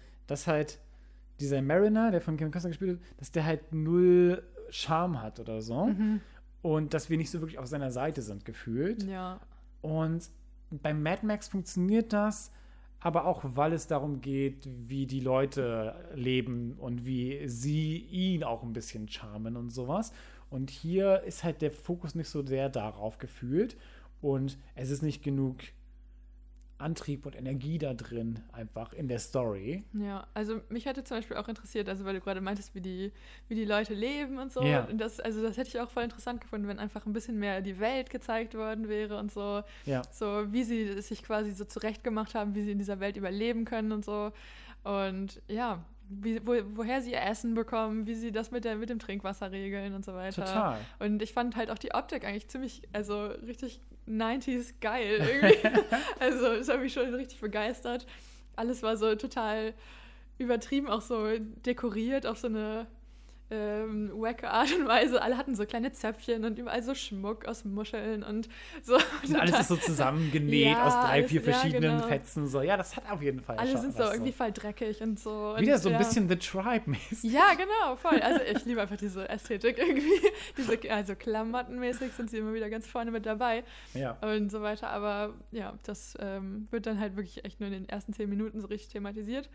halt dieser Mariner, der von Kevin Costner gespielt wird, dass der halt null Charme hat oder so. Und dass wir nicht so wirklich auf seiner Seite sind, gefühlt. Ja. Und beim Mad Max funktioniert das, aber auch, weil es darum geht, wie die Leute leben und wie sie ihn auch ein bisschen charmen und sowas. Und hier ist halt der Fokus nicht so sehr darauf gefühlt. Und es ist nicht genug Antrieb und Energie da drin, einfach in der Story. Ja, also mich hätte zum Beispiel auch interessiert, also weil du gerade meintest, wie die Leute leben und so. Ja. Und das hätte ich auch voll interessant gefunden, wenn einfach ein bisschen mehr die Welt gezeigt worden wäre und so. Ja. So, wie sie sich quasi so zurechtgemacht haben, wie sie in dieser Welt überleben können und so. Und ja, woher sie ihr Essen bekommen, wie sie das mit dem Trinkwasser regeln und so weiter. Total. Und ich fand halt auch die Optik eigentlich ziemlich, also richtig 90s geil irgendwie. Also das hat mich schon richtig begeistert. Alles war so total übertrieben, auch so dekoriert auf so eine wacke Art und Weise. Alle hatten so kleine Zöpfchen und überall so Schmuck aus Muscheln und so. Und alles ist so zusammengenäht Ja, aus 3, alles- 4 ja, verschiedenen genau. Fetzen. So. Ja, das hat auf jeden Fall Alle schon sind so was irgendwie voll dreckig und so. Wieder und, so ein ja. bisschen The Tribe-mäßig. Ja, genau, voll. Also ich liebe einfach diese Ästhetik irgendwie. Also klamottenmäßig sind sie immer wieder ganz vorne mit dabei Ja. und so weiter. Aber ja, das wird dann halt wirklich echt nur in den ersten 10 Minuten so richtig thematisiert.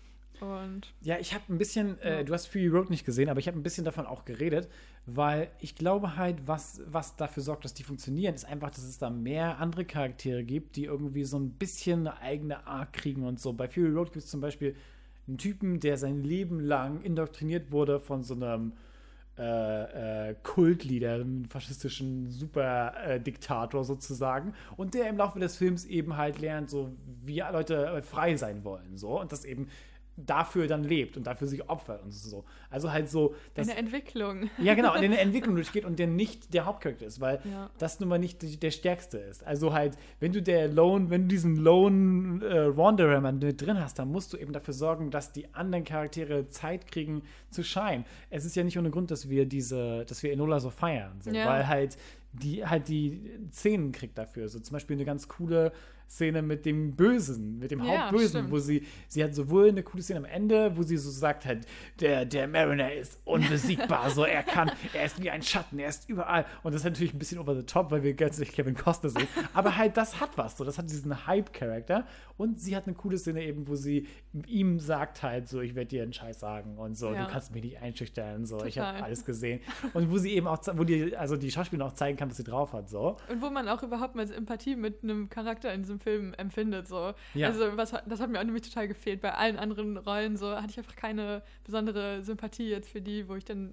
Und Ja, ich habe ein bisschen, du hast Fury Road nicht gesehen, aber ich habe ein bisschen davon auch geredet, weil ich glaube halt, was dafür sorgt, dass die funktionieren, ist einfach, dass es da mehr andere Charaktere gibt, die irgendwie so ein bisschen eine eigene Art kriegen und so. Bei Fury Road gibt es zum Beispiel einen Typen, der sein Leben lang indoktriniert wurde von so einem Kultleader, einem faschistischen Super-Diktator sozusagen, und der im Laufe des Films eben halt lernt, so wie Leute frei sein wollen, so, und das eben dafür dann lebt und dafür sich opfert und so. Also halt so, dass eine Entwicklung. ja, genau, in der Entwicklung durchgeht und der nicht der Hauptcharakter ist, weil Ja. das nun mal nicht der Stärkste ist. Also halt, wenn du diesen Lone Wanderer mal mit drin hast, dann musst du eben dafür sorgen, dass die anderen Charaktere Zeit kriegen zu scheinen. Es ist ja nicht ohne Grund, dass wir Enola so feiern, so, Ja. weil halt die Szenen kriegt dafür. So zum Beispiel eine ganz coole Szene mit dem Bösen, mit dem Ja, Hauptbösen, stimmt. wo sie hat sowohl eine coole Szene am Ende, wo sie so sagt halt, der Mariner ist unbesiegbar, so er ist wie ein Schatten, er ist überall. Und das ist natürlich ein bisschen over the top, weil wir ganz nicht Kevin Costner sehen. Aber halt, das hat was, so, das hat diesen Hype-Charakter. Und sie hat eine coole Szene eben, wo sie ihm sagt halt so, ich werde dir einen Scheiß sagen und so, Ja. du kannst mich nicht einschüchtern, so, ich Total. habe alles gesehen. Und wo sie eben auch, die Schauspielerin auch zeigen kann, was sie drauf hat, so. Und wo man auch überhaupt mal Empathie mit einem Charakter in diesem Film empfindet. So. Ja. Also das hat mir auch nämlich total gefehlt. Bei allen anderen Rollen so hatte ich einfach keine besondere Sympathie jetzt für die, wo ich dann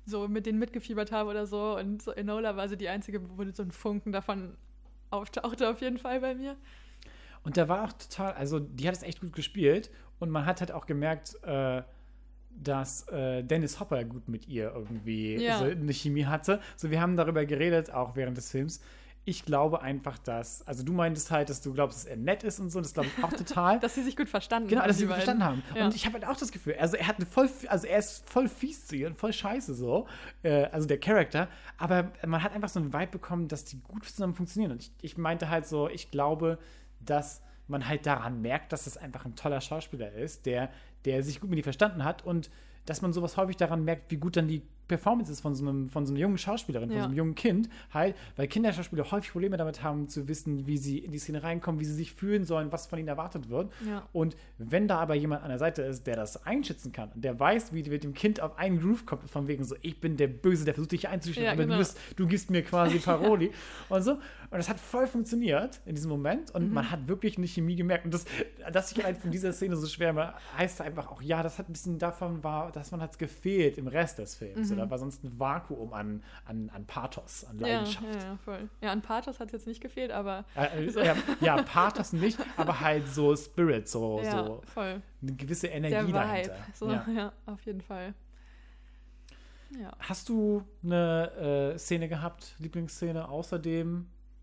so mit denen mitgefiebert habe oder so. Und so Enola war so die einzige, wo so ein Funken davon auftauchte auf jeden Fall bei mir. Und da war auch total, also die hat es echt gut gespielt und man hat halt auch gemerkt, dass Dennis Hopper gut mit ihr irgendwie so eine Chemie hatte. So, wir haben darüber geredet, auch während des Films. Ich glaube einfach, also du meintest halt, dass du glaubst, dass er nett ist und so, das glaube ich auch total. Dass sie sich gut verstanden haben. Genau, dass sie gut verstanden haben. Ja. Und ich habe halt auch das Gefühl, also er ist voll fies zu ihr und voll scheiße so, also der Charakter, aber man hat einfach so einen Vibe bekommen, dass die gut zusammen funktionieren. Und ich meinte halt so, ich glaube, dass man halt daran merkt, dass das einfach ein toller Schauspieler ist, der sich gut mit ihr verstanden hat und dass man sowas häufig daran merkt, wie gut dann die Performance ist von so einer jungen Schauspielerin, von so einem jungen Kind, halt, weil Kinderschauspieler häufig Probleme damit haben, zu wissen, wie sie in die Szene reinkommen, wie sie sich fühlen sollen, was von ihnen erwartet wird. Ja. Und wenn da aber jemand an der Seite ist, der das einschätzen kann und der weiß, wie mit dem Kind auf einen Groove kommt, von wegen so, ich bin der Böse, der versucht dich einzustellen, aber genau. du gibst mir quasi Paroli und so. Und das hat voll funktioniert in diesem Moment und man hat wirklich eine Chemie gemerkt. Und dass ich halt von dieser Szene so schwärme, heißt einfach auch, ja, das hat ein bisschen davon dass man hat's gefehlt im Rest des Films. Da war sonst ein Vakuum an Pathos, an Leidenschaft. Ja, voll. Ja, an Pathos hat es jetzt nicht gefehlt, aber... ja, Pathos nicht, aber halt so Spirit, so voll. Eine gewisse Energie dahinter. So, ja, auf jeden Fall. Ja. Hast du eine Szene gehabt, Lieblingsszene, außerdem?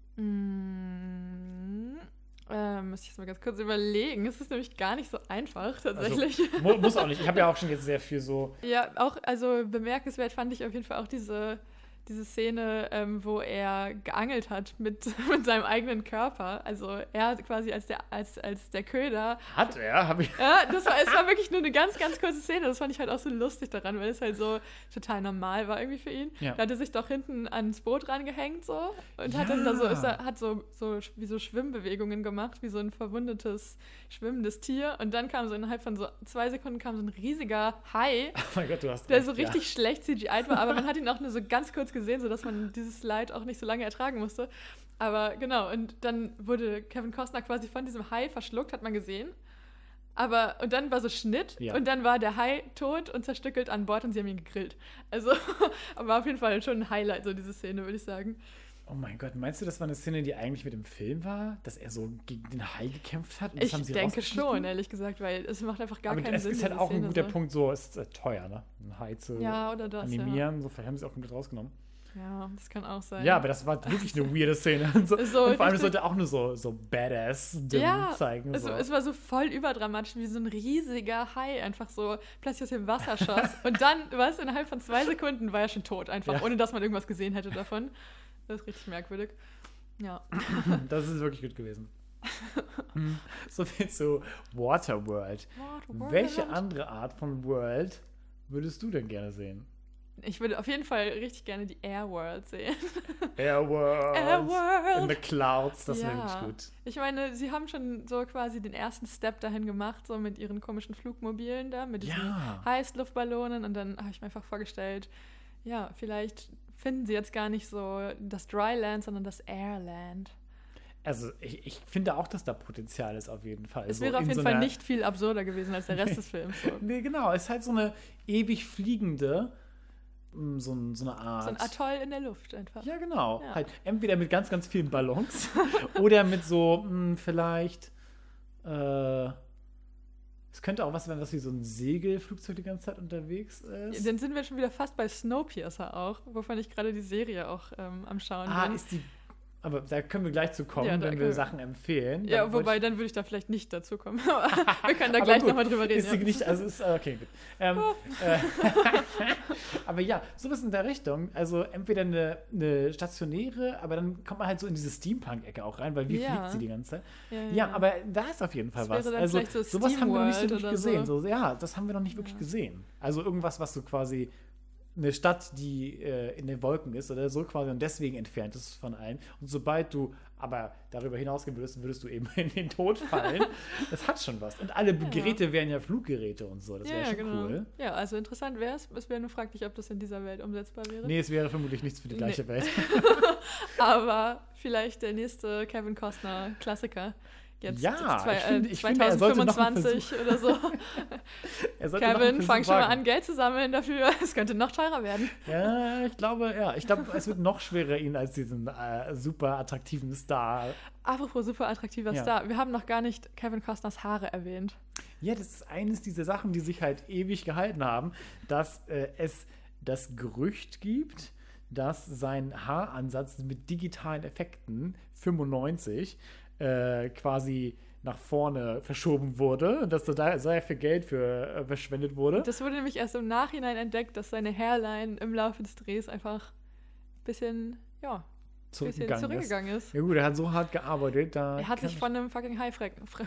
Müsste ich jetzt mal ganz kurz überlegen. Es ist nämlich gar nicht so einfach, tatsächlich. Also, muss auch nicht. Ich habe ja auch schon jetzt sehr viel so... Ja, auch, also bemerkenswert fand ich auf jeden Fall auch diese Szene, wo er geangelt hat mit seinem eigenen Körper. Also er quasi als der Köder. Hat er? Ja, es war wirklich nur eine ganz, ganz kurze Szene. Das fand ich halt auch so lustig daran, weil es halt so total normal war irgendwie für ihn. Ja. Da hat er sich doch hinten ans Boot rangehängt so und hat dann hat so wie so Schwimmbewegungen gemacht, wie so ein verwundetes, schwimmendes Tier. Und dann kam so innerhalb von so 2 Sekunden so ein riesiger Hai, oh mein Gott, du hast der so richtig schlecht CGI'd war, aber man hat ihn auch nur so ganz kurz gesehen, sodass man dieses Leid auch nicht so lange ertragen musste. Aber genau, und dann wurde Kevin Costner quasi von diesem Hai verschluckt, hat man gesehen. Und dann war so Schnitt und dann war der Hai tot und zerstückelt an Bord und sie haben ihn gegrillt. Also, aber auf jeden Fall schon ein Highlight, so diese Szene, würde ich sagen. Oh mein Gott, meinst du, das war eine Szene, die eigentlich mit dem Film war? Dass er so gegen den Hai gekämpft hat? Und das haben sie denke schon, ehrlich gesagt, weil es macht einfach gar keinen Sinn. Aber es ist halt auch ein guter Punkt, so, es ist teuer, ne? Ein Hai zu animieren, so, vielleicht haben sie es auch komplett rausgenommen. Ja, das kann auch sein. Ja, aber das war wirklich eine weirde Szene. Und vor allem, es sollte auch nur so badass zeigen. Es war so voll überdramatisch, wie so ein riesiger Hai einfach so plötzlich aus dem Wasser schoss. Und dann, innerhalb von 2 Sekunden war er schon tot, einfach, ohne dass man irgendwas gesehen hätte davon. Das ist richtig merkwürdig. Ja. Das ist wirklich gut gewesen. So viel zu Waterworld. Welche andere Art von World würdest du denn gerne sehen? Ich würde auf jeden Fall richtig gerne die Airworld sehen. Airworld! In the Clouds, das wäre wirklich gut. Ich meine, sie haben schon so quasi den ersten Step dahin gemacht, so mit ihren komischen Flugmobilen da, mit diesen Heißluftballonen. Und dann habe ich mir einfach vorgestellt, ja, vielleicht finden sie jetzt gar nicht so das Dryland, sondern das Airland. Also ich finde auch, dass da Potenzial ist auf jeden Fall. Es wäre auf jeden Fall nicht viel absurder gewesen als der Rest des Films. So. Nee, genau. Es ist halt so eine ewig fliegende, so eine Art... So ein Atoll in der Luft einfach. Ja, genau. Ja. Halt entweder mit ganz, ganz vielen Ballons oder mit so vielleicht... es könnte auch was werden, was wie so ein Segelflugzeug die ganze Zeit unterwegs ist. Ja, dann sind wir schon wieder fast bei Snowpiercer auch, wovon ich gerade die Serie auch am Schauen bin. Ist die... Aber da können wir gleich zu kommen, wenn wir Sachen empfehlen. Ja, wobei, dann würde ich da vielleicht nicht dazu kommen. Wir können da gleich nochmal drüber reden. Ist sie nicht, also ist, okay, gut. Aber ja, sowas in der Richtung. Also entweder eine stationäre, aber dann kommt man halt so in diese Steampunk-Ecke auch rein, weil wie fliegt sie die ganze Zeit? Ja, aber da ist auf jeden Fall was. Also so sowas haben wir noch nicht so wirklich gesehen. So, ja, das haben wir noch nicht wirklich gesehen. Also irgendwas, was so quasi eine Stadt, die in den Wolken ist oder so quasi und deswegen entfernt ist von allen. Und sobald du aber darüber hinausgehen würdest du eben in den Tod fallen. Das hat schon was. Und alle Geräte wären ja Fluggeräte und so. Das wäre schon cool. Ja, also interessant wäre es. Es wäre nur fraglich, ob das in dieser Welt umsetzbar wäre. Nee, es wäre vermutlich nichts für die gleiche Welt. Aber vielleicht der nächste Kevin Costner-Klassiker. Jetzt Ja, ich finde, er sollte noch einen 2025 oder so. Kevin, fang schon mal an, Geld zu sammeln dafür. Es könnte noch teurer werden. Ja, ich glaube, es wird noch schwerer, ihn als diesen super attraktiven Star. Apropos super attraktiver Star, wir haben noch gar nicht Kevin Costners Haare erwähnt. Ja, das ist eines dieser Sachen, die sich halt ewig gehalten haben, dass es das Gerücht gibt, dass sein Haaransatz mit digitalen Effekten 95 quasi nach vorne verschoben wurde, dass da sehr viel Geld für verschwendet wurde. Das wurde nämlich erst im Nachhinein entdeckt, dass seine Hairline im Laufe des Drehs einfach ein bisschen zurückgegangen ist. Ja gut, er hat so hart gearbeitet. Er hat sich von einem fucking Hai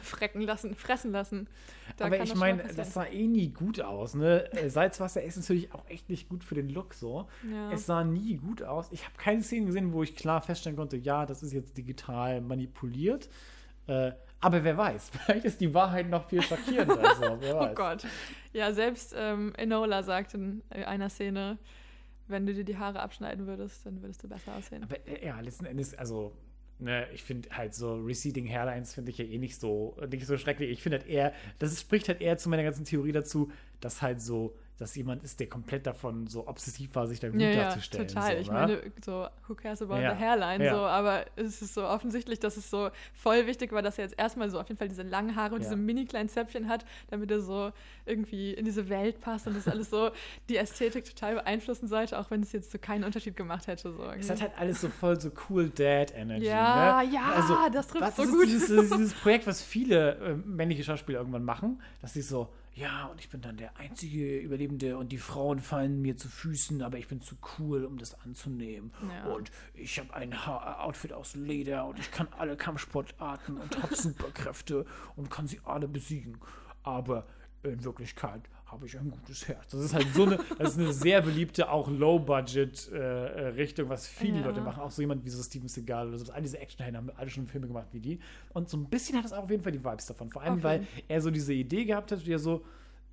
fressen lassen. Aber ich meine, das sah eh nie gut aus. Ne? Salzwasser ist natürlich auch echt nicht gut für den Look so. Ja. Es sah nie gut aus. Ich habe keine Szene gesehen, wo ich klar feststellen konnte, ja, das ist jetzt digital manipuliert. Aber wer weiß, vielleicht ist die Wahrheit noch viel schockierender. Also, wer weiß. Oh Gott. Ja, selbst Enola sagt in einer Szene, wenn du dir die Haare abschneiden würdest, dann würdest du besser aussehen. Aber ja, letzten Endes, also, ne, ich finde halt so Receding Hairlines finde ich ja eh nicht so schrecklich. Ich finde halt eher, das spricht halt eher zu meiner ganzen Theorie dazu, dass halt so, dass jemand ist, der komplett davon so obsessiv war, sich da gut darzustellen. Ja, total. So, ich meine, so, who cares about the hairline? So, aber es ist so offensichtlich, dass es so voll wichtig war, dass er jetzt erstmal so auf jeden Fall diese langen Haare und diese mini kleinen Zöpfchen hat, damit er so irgendwie in diese Welt passt und das alles so die Ästhetik total beeinflussen sollte, auch wenn es jetzt so keinen Unterschied gemacht hätte. So es hat halt alles so voll so cool Dad-Energy. Ja, ne? ja, also, das trifft so gut. Dieses Projekt, was viele männliche Schauspieler irgendwann machen, dass sie so, ja, und ich bin dann der einzige Überlebende und die Frauen fallen mir zu Füßen, aber ich bin zu cool, um das anzunehmen. Ja. Und ich habe ein Outfit aus Leder und ich kann alle Kampfsportarten und habe Superkräfte und kann sie alle besiegen. Aber in Wirklichkeit habe ich ein gutes Herz. Das ist halt das ist eine sehr beliebte, auch Low-Budget-Richtung, was viele Leute machen. Auch so jemand wie so Steven Seagal oder so. All diese Actionhelden haben alle schon Filme gemacht wie die. Und so ein bisschen hat das auch auf jeden Fall die Vibes davon. Vor allem, weil er so diese Idee gehabt hat, wie er so,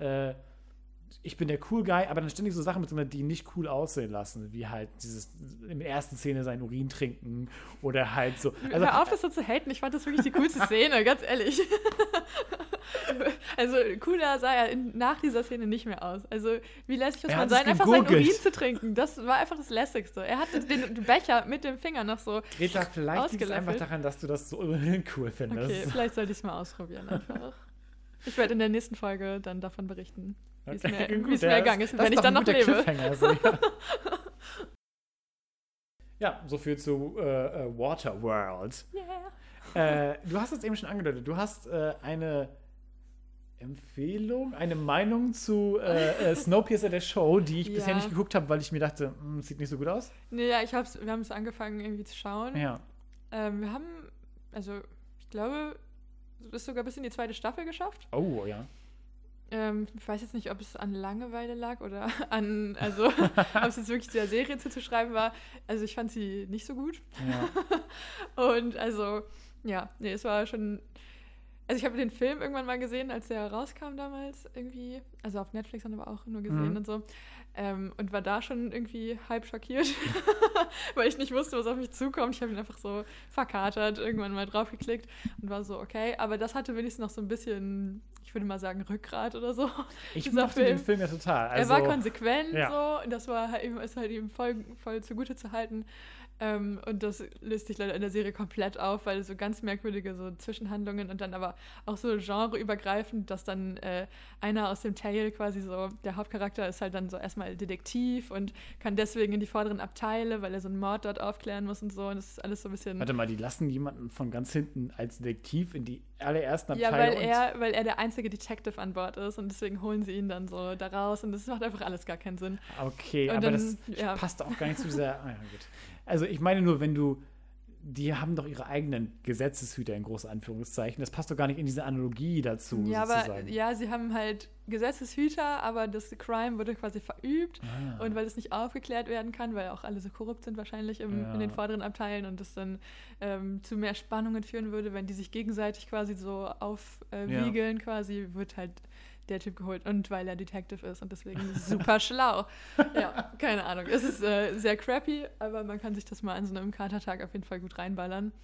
ich bin der cool Guy, aber dann ständig so Sachen mit drin, die nicht cool aussehen lassen, wie halt dieses in der ersten Szene seinen Urin trinken oder halt so. Also, hör auf, das so zu haten. Ich fand das wirklich die coolste Szene, ganz ehrlich. Also cooler sah er nach dieser Szene nicht mehr aus. Also wie lässig muss man sein, einfach seinen Urin zu trinken. Das war einfach das Lässigste. Er hatte den Becher mit dem Finger noch so Greta, vielleicht liegt es einfach daran, dass du das so cool findest. Okay, vielleicht sollte ich es mal ausprobieren einfach. Ich werde in der nächsten Folge dann davon berichten, wie es mir ergangen ist, wenn ich dann noch lebe. Also, ja, so viel zu Waterworld. Yeah. Du hast es eben schon angedeutet. Du hast eine Empfehlung, eine Meinung zu Snowpiercer, der Show, die ich bisher nicht geguckt habe, weil ich mir dachte, sieht nicht so gut aus. Nee, ja, wir haben es angefangen irgendwie zu schauen. Ja. Wir haben, also ich glaube, es ist sogar bis in die 2. Staffel geschafft. Oh, ja. Ich weiß jetzt nicht, ob es an Langeweile lag oder ob es jetzt wirklich der Serie zuzuschreiben war. Also ich fand sie nicht so gut. Ja. Und also, es war schon. Also ich habe den Film irgendwann mal gesehen, als der rauskam damals irgendwie. Also auf Netflix haben wir auch nur gesehen und so. Und war da schon irgendwie halb schockiert, weil ich nicht wusste, was auf mich zukommt. Ich habe ihn einfach so verkatert, irgendwann mal draufgeklickt und war so, okay. Aber das hatte wenigstens noch so ein bisschen, ich würde mal sagen, Rückgrat oder so. Ich mochte den Film ja total. Also, er war konsequent so und das war ist halt ihm voll zugute zu halten. Und das löst sich leider in der Serie komplett auf, weil so ganz merkwürdige so Zwischenhandlungen und dann aber auch so genreübergreifend, dass dann einer aus dem Tale quasi so, der Hauptcharakter ist halt dann so erstmal Detektiv und kann deswegen in die vorderen Abteile, weil er so einen Mord dort aufklären muss und so und das ist alles so ein bisschen... Warte mal, die lassen jemanden von ganz hinten als Detektiv in die allerersten Abteile? Ja, weil er der einzige Detective an Bord ist und deswegen holen sie ihn dann so da raus und das macht einfach alles gar keinen Sinn. Okay, und aber dann, das passt auch gar nicht zu dieser... ja, gut. Also ich meine nur, die haben doch ihre eigenen Gesetzeshüter in große Anführungszeichen. Das passt doch gar nicht in diese Analogie dazu, ja, sozusagen. Aber sie haben halt Gesetzeshüter, aber das Crime wurde quasi verübt. Und weil es nicht aufgeklärt werden kann, weil auch alle so korrupt sind wahrscheinlich in den vorderen Abteilen und das dann zu mehr Spannungen führen würde, wenn die sich gegenseitig quasi so aufwiegeln quasi, wird halt der Typ geholt und weil er Detective ist und deswegen super schlau. Ja, keine Ahnung. Es ist sehr crappy, aber man kann sich das mal an so einem Katertag auf jeden Fall gut reinballern.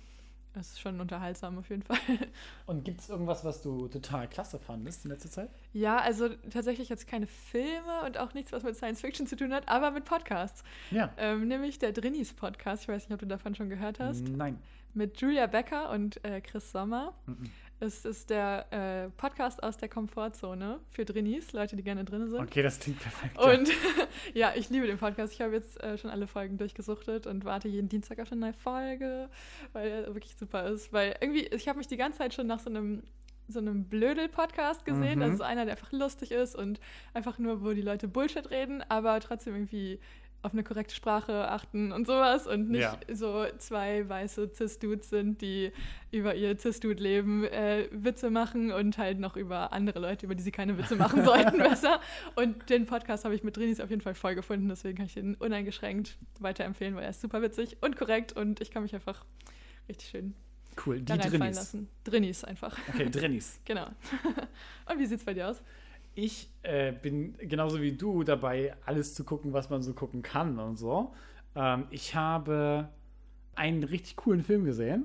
Es ist schon unterhaltsam auf jeden Fall. Und gibt es irgendwas, was du total klasse fandest in letzter Zeit? Ja, also tatsächlich jetzt keine Filme und auch nichts, was mit Science Fiction zu tun hat, aber mit Podcasts. Ja. Nämlich der Drinnies Podcast. Ich weiß nicht, ob du davon schon gehört hast. Nein. Mit Julia Becker und Chris Sommer. Es ist der Podcast aus der Komfortzone für Drinnies, Leute, die gerne drin sind. Okay, das klingt perfekt. Und ja, ich liebe den Podcast. Ich habe jetzt schon alle Folgen durchgesuchtet und warte jeden Dienstag auf eine neue Folge, weil er wirklich super ist. Weil irgendwie, ich habe mich die ganze Zeit schon nach so einem Blödel-Podcast gesehen. Also einer, der einfach lustig ist und einfach nur, wo die Leute Bullshit reden, aber trotzdem irgendwie auf eine korrekte Sprache achten und sowas und nicht so zwei weiße Cis-Dudes sind, die über ihr Cis-Dude-Leben Witze machen und halt noch über andere Leute, über die sie keine Witze machen sollten, besser. Und den Podcast habe ich mit Drinnies auf jeden Fall voll gefunden, deswegen kann ich den uneingeschränkt weiterempfehlen, weil er ist super witzig und korrekt und ich kann mich einfach richtig schön cool, da reinfallen lassen. Drinnies einfach. Okay, Drinnies. Genau. Und wie sieht's bei dir aus? Ich bin genauso wie du dabei, alles zu gucken, was man so gucken kann und so. Ich habe einen richtig coolen Film gesehen,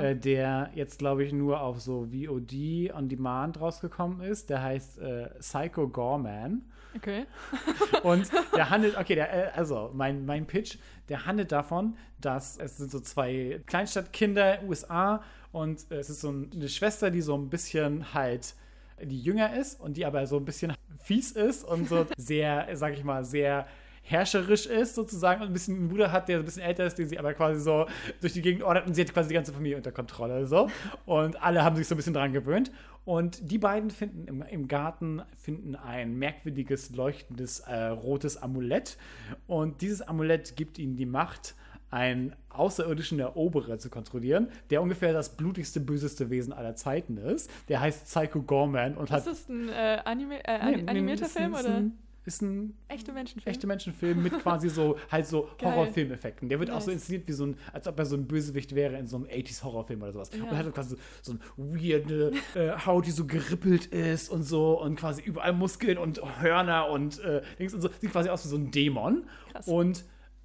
der jetzt, glaube ich, nur auf so VOD on Demand rausgekommen ist. Der heißt Psycho Gorman. Okay. Und der handelt, also mein Pitch, der handelt davon, dass es sind so zwei Kleinstadtkinder USA und es ist so eine Schwester, die so ein bisschen halt die jünger ist und die aber so ein bisschen fies ist und so sehr, sag ich mal, sehr herrscherisch ist sozusagen und ein bisschen einen Bruder hat, der ein bisschen älter ist, den sie aber quasi so durch die Gegend ordnet und sie hat quasi die ganze Familie unter Kontrolle so und alle haben sich so ein bisschen dran gewöhnt und die beiden finden im Garten ein merkwürdiges, leuchtendes, rotes Amulett und dieses Amulett gibt ihnen die Macht, einen außerirdischen Eroberer zu kontrollieren, der ungefähr das blutigste, böseste Wesen aller Zeiten ist. Der heißt Psycho Gorman und ist das ein animierter Film oder? Ist ein echter Menschenfilm. Echter Menschenfilm mit quasi so Horrorfilmeffekten. Der wird auch so inszeniert wie als ob er so ein Bösewicht wäre in so einem 80s-Horrorfilm oder sowas. Ja. Und er hat quasi so eine weirde Haut, die so gerippelt ist und so und quasi überall Muskeln und Hörner und Dings und so. Sieht quasi aus wie so ein Dämon. Krass. Und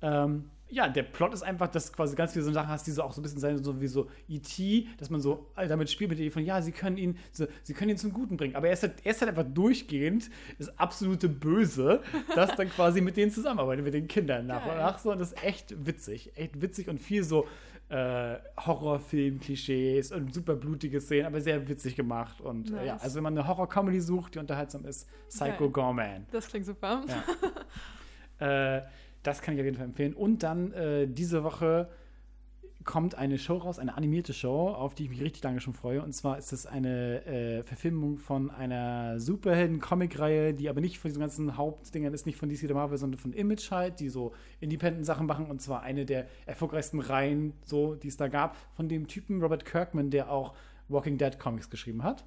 der Plot ist einfach, dass du quasi ganz viele so Sachen hast, die so auch so ein bisschen sein, so wie so E.T., dass man so damit spielt mit der Idee von, sie können ihn zum Guten bringen. Aber er ist halt einfach durchgehend das absolute Böse, das dann quasi mit denen zusammenarbeitet, mit den Kindern nach und nach. So, und das ist echt witzig und viel so Horrorfilm-Klischees und super blutige Szenen, aber sehr witzig gemacht. Und nice. Also wenn man eine Horror-Comedy sucht, die unterhaltsam ist, Psycho Gorman. Das klingt super. Ja. Das kann ich auf jeden Fall empfehlen. Und dann diese Woche kommt eine Show raus, eine animierte Show, auf die ich mich richtig lange schon freue. Und zwar ist es eine Verfilmung von einer Superhelden-Comic-Reihe, die aber nicht von diesen ganzen Hauptdingern ist, nicht von DC oder Marvel, sondern von Image halt, die so Independent-Sachen machen. Und zwar eine der erfolgreichsten Reihen, so, die es da gab, von dem Typen Robert Kirkman, der auch Walking Dead Comics geschrieben hat.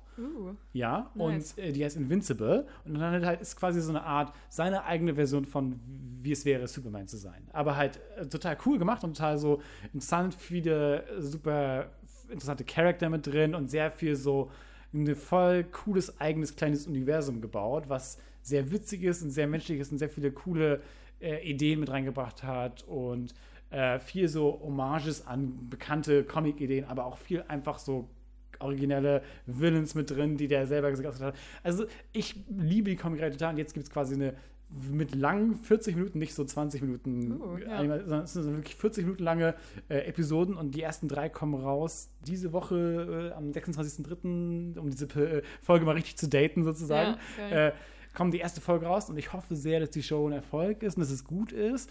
Ja, nice. Und die heißt Invincible. Und dann halt ist quasi so eine Art, seine eigene Version von, wie es wäre, Superman zu sein. Aber halt total cool gemacht und total so interessant, viele super interessante Charakter mit drin und sehr viel so ein voll cooles, eigenes, kleines Universum gebaut, was sehr witzig ist und sehr menschlich ist und sehr viele coole Ideen mit reingebracht hat und viel so Hommages an bekannte Comic-Ideen, aber auch viel einfach so originelle Villains mit drin, die der selber gesagt hat. Also ich liebe die Comic-Reihe total und jetzt gibt es quasi eine mit langen 40 Minuten, nicht so 20 Minuten, sondern es sind wirklich 40 Minuten lange Episoden und die ersten 3 kommen raus diese Woche am 26.03., um diese Folge mal richtig zu daten sozusagen. Ja, kommt die erste Folge raus und ich hoffe sehr, dass die Show ein Erfolg ist und dass es gut ist.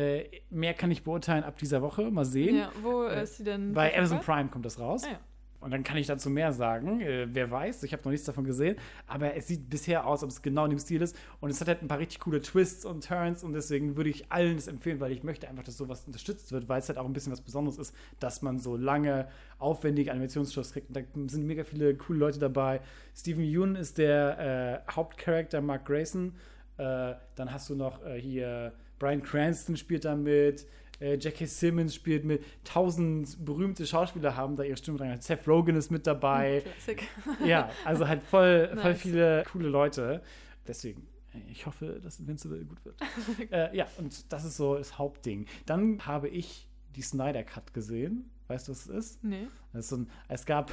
Mehr kann ich beurteilen ab dieser Woche. Mal sehen. Ja, wo ist sie denn? Bei Amazon Prime kommt das raus. Ah, ja. Und dann kann ich dazu mehr sagen. Wer weiß, ich habe noch nichts davon gesehen. Aber es sieht bisher aus, ob es genau in dem Stil ist. Und es hat halt ein paar richtig coole Twists und Turns. Und deswegen würde ich allen das empfehlen, weil ich möchte einfach, dass sowas unterstützt wird, weil es halt auch ein bisschen was Besonderes ist, dass man so lange, aufwendige Animationsshows kriegt. Und da sind mega viele coole Leute dabei. Steven Yeun ist der Hauptcharakter, Mark Grayson. Dann hast du noch hier Bryan Cranston spielt da mit. J.K. Simmons spielt mit. 1000 berühmte Schauspieler haben da ihre Stimme dran. Seth Rogen ist mit dabei. Classic. Ja, also halt voll viele coole Leute. Deswegen, ich hoffe, dass Invincible gut wird. Ja, und das ist so das Hauptding. Dann habe ich die Snyder Cut gesehen. Weißt du, was es ist? Nee. Das ist so es gab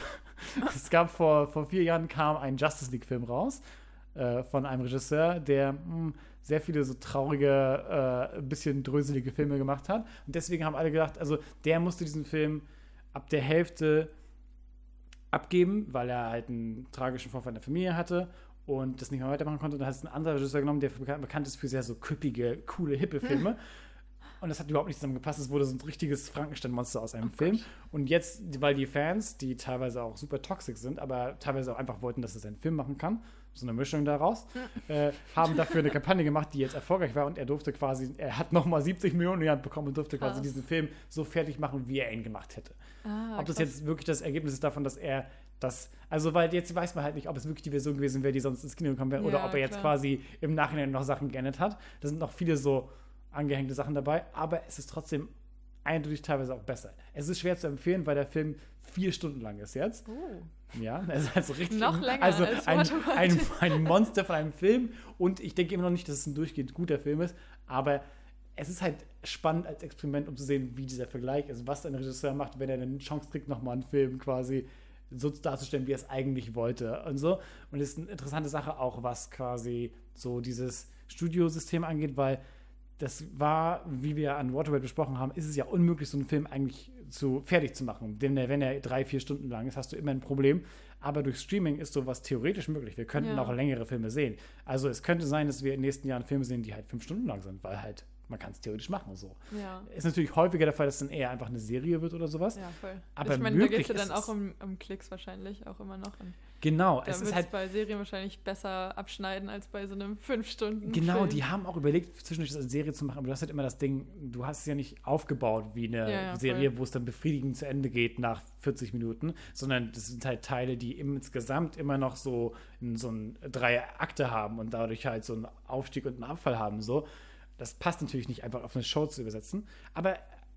vor 4 Jahren kam ein Justice League-Film raus von einem Regisseur, der sehr viele so traurige, ein bisschen dröselige Filme gemacht hat. Und deswegen haben alle gedacht, also der musste diesen Film ab der Hälfte abgeben, weil er halt einen tragischen Vorfall in der Familie hatte und das nicht mehr weitermachen konnte. Und dann hat es ein anderer Regisseur genommen, der bekannt ist für sehr so küppige, coole, hippe Filme. Und das hat überhaupt nicht zusammengepasst. Es wurde so ein richtiges Frankenstein-Monster aus einem Film. Und jetzt, weil die Fans, die teilweise auch super toxisch sind, aber teilweise auch einfach wollten, dass er seinen Film machen kann, so eine Mischung daraus, haben dafür eine Kampagne gemacht, die jetzt erfolgreich war. Und er hat nochmal 70 Millionen in die Hand bekommen und durfte quasi diesen Film so fertig machen, wie er ihn gemacht hätte. Ob das jetzt wirklich das Ergebnis ist davon, dass er also weil jetzt weiß man halt nicht, ob es wirklich die Version gewesen wäre, die sonst ins Kino gekommen wäre, oder ob er jetzt quasi im Nachhinein noch Sachen geändert hat. Da sind noch viele so angehängte Sachen dabei, aber es ist trotzdem eindeutig teilweise auch besser. Es ist schwer zu empfehlen, weil der Film 4 Stunden lang ist jetzt. Ja, es ist also richtig. Noch länger also als ein Monster von einem Film. Und ich denke immer noch nicht, dass es ein durchgehend guter Film ist, aber es ist halt spannend als Experiment, um zu sehen, wie dieser Vergleich ist, was ein Regisseur macht, wenn er eine Chance kriegt, nochmal einen Film quasi so darzustellen, wie er es eigentlich wollte und so. Und es ist eine interessante Sache auch, was quasi so dieses Studiosystem angeht, weil das war, wie wir an Waterworld besprochen haben, ist es ja unmöglich, so einen Film eigentlich fertig zu machen. Denn wenn er 3-4 Stunden lang ist, hast du immer ein Problem. Aber durch Streaming ist sowas theoretisch möglich. Wir könnten auch längere Filme sehen. Also es könnte sein, dass wir in den nächsten Jahren Filme sehen, die halt 5 Stunden lang sind, weil halt man kann es theoretisch machen so. Ja. Ist natürlich häufiger der Fall, dass es dann eher einfach eine Serie wird oder sowas. Ja, voll. Aber ich meine, da geht es ja dann auch um Klicks wahrscheinlich auch immer noch. Genau. Da wird es bei Serien wahrscheinlich besser abschneiden als bei so einem 5-Stunden Genau, Film. Die haben auch überlegt, zwischendurch das als Serie zu machen, aber du hast halt immer das Ding, du hast es ja nicht aufgebaut wie eine Serie, wo es dann befriedigend zu Ende geht nach 40 Minuten, sondern das sind halt Teile, die insgesamt immer noch so ein 3 Akte haben und dadurch halt so einen Aufstieg und einen Abfall haben, so. Das passt natürlich nicht einfach auf eine Show zu übersetzen. Aber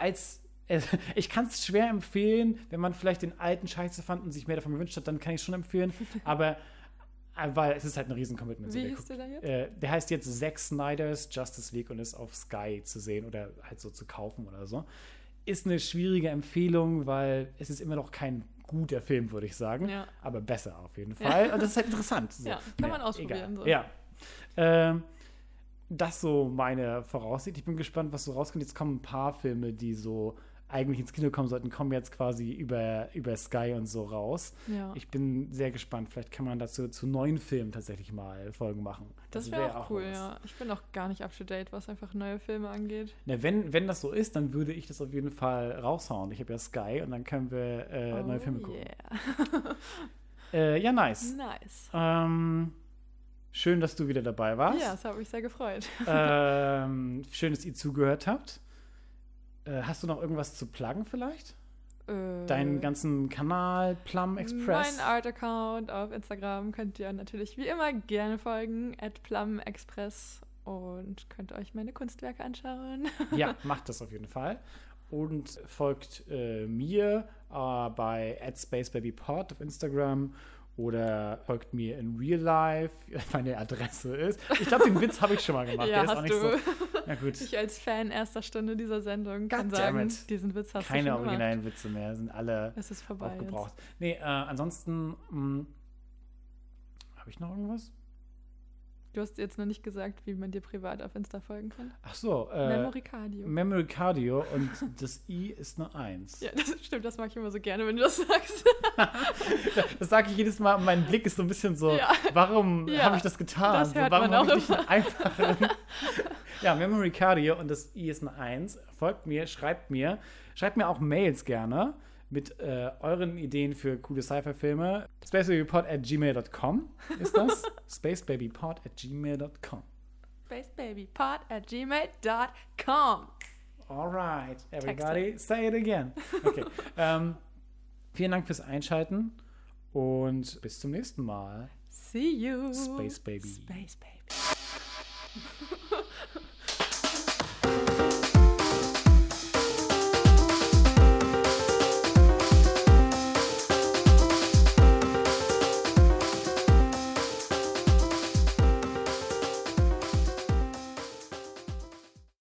ich kann es schwer empfehlen, wenn man vielleicht den alten Scheiße fand und sich mehr davon gewünscht hat, dann kann ich es schon empfehlen. Aber weil es ist halt ein Riesen-Commitment. Wie hieß der da jetzt? Der heißt jetzt Zack Snyder's Justice League und ist auf Sky zu sehen oder halt so zu kaufen oder so. Ist eine schwierige Empfehlung, weil es ist immer noch kein guter Film, würde ich sagen. Ja. Aber besser auf jeden Fall. Ja. Und das ist halt interessant. So. Ja, kann man ausprobieren. So. Ja. Das so meine Voraussicht. Ich bin gespannt, was so rauskommt. Jetzt kommen ein paar Filme, die so eigentlich ins Kino kommen sollten, kommen jetzt quasi über Sky und so raus. Ja. Ich bin sehr gespannt. Vielleicht kann man dazu zu neuen Filmen tatsächlich mal Folgen machen. Das wäre auch cool, ja. Ich bin auch gar nicht up to date, was einfach neue Filme angeht. Na, wenn das so ist, dann würde ich das auf jeden Fall raushauen. Ich habe ja Sky und dann können wir neue Filme gucken. Ja, nice. Nice. Schön, dass du wieder dabei warst. Ja, das hat mich sehr gefreut. Schön, dass ihr zugehört habt. Hast du noch irgendwas zu pluggen vielleicht? Deinen ganzen Kanal, Plum Express? Mein Art-Account auf Instagram könnt ihr natürlich wie immer gerne folgen, @PlumExpress, und könnt euch meine Kunstwerke anschauen. Ja, macht das auf jeden Fall. Und folgt mir bei @SpaceBabyPod auf Instagram. Oder folgt mir in Real Life. Meine Adresse ist. Ich glaube, den Witz habe ich schon mal gemacht. Ja, der ist auch nicht so. Ja, gut. Ich als Fan erster Stunde dieser Sendung kann sagen, diesen Witz hast du schon gemacht. Keine originellen Witze mehr, sind alle aufgebraucht. Jetzt. Nee, ansonsten habe ich noch irgendwas? Du hast jetzt noch nicht gesagt, wie man dir privat auf Insta folgen kann. Ach so. Memory Cardio. Memory Cardio und das I ist eine 1. Ja, das stimmt, das mag ich immer so gerne, wenn du das sagst. Das sage ich jedes Mal und mein Blick ist so ein bisschen so, warum habe ich das getan? Das hört warum man auch ich einfach Ja, Memory Cardio und das I ist eine 1. Folgt mir, schreibt mir auch Mails gerne mit euren Ideen für coole Sci-Fi-Filme. spacebabypod@gmail.com ist das. spacebabypod@gmail.com. spacebabypod@gmail.com. Alright, everybody, say it again. Okay. Vielen Dank fürs Einschalten und bis zum nächsten Mal. See you. Space Baby. Space Baby.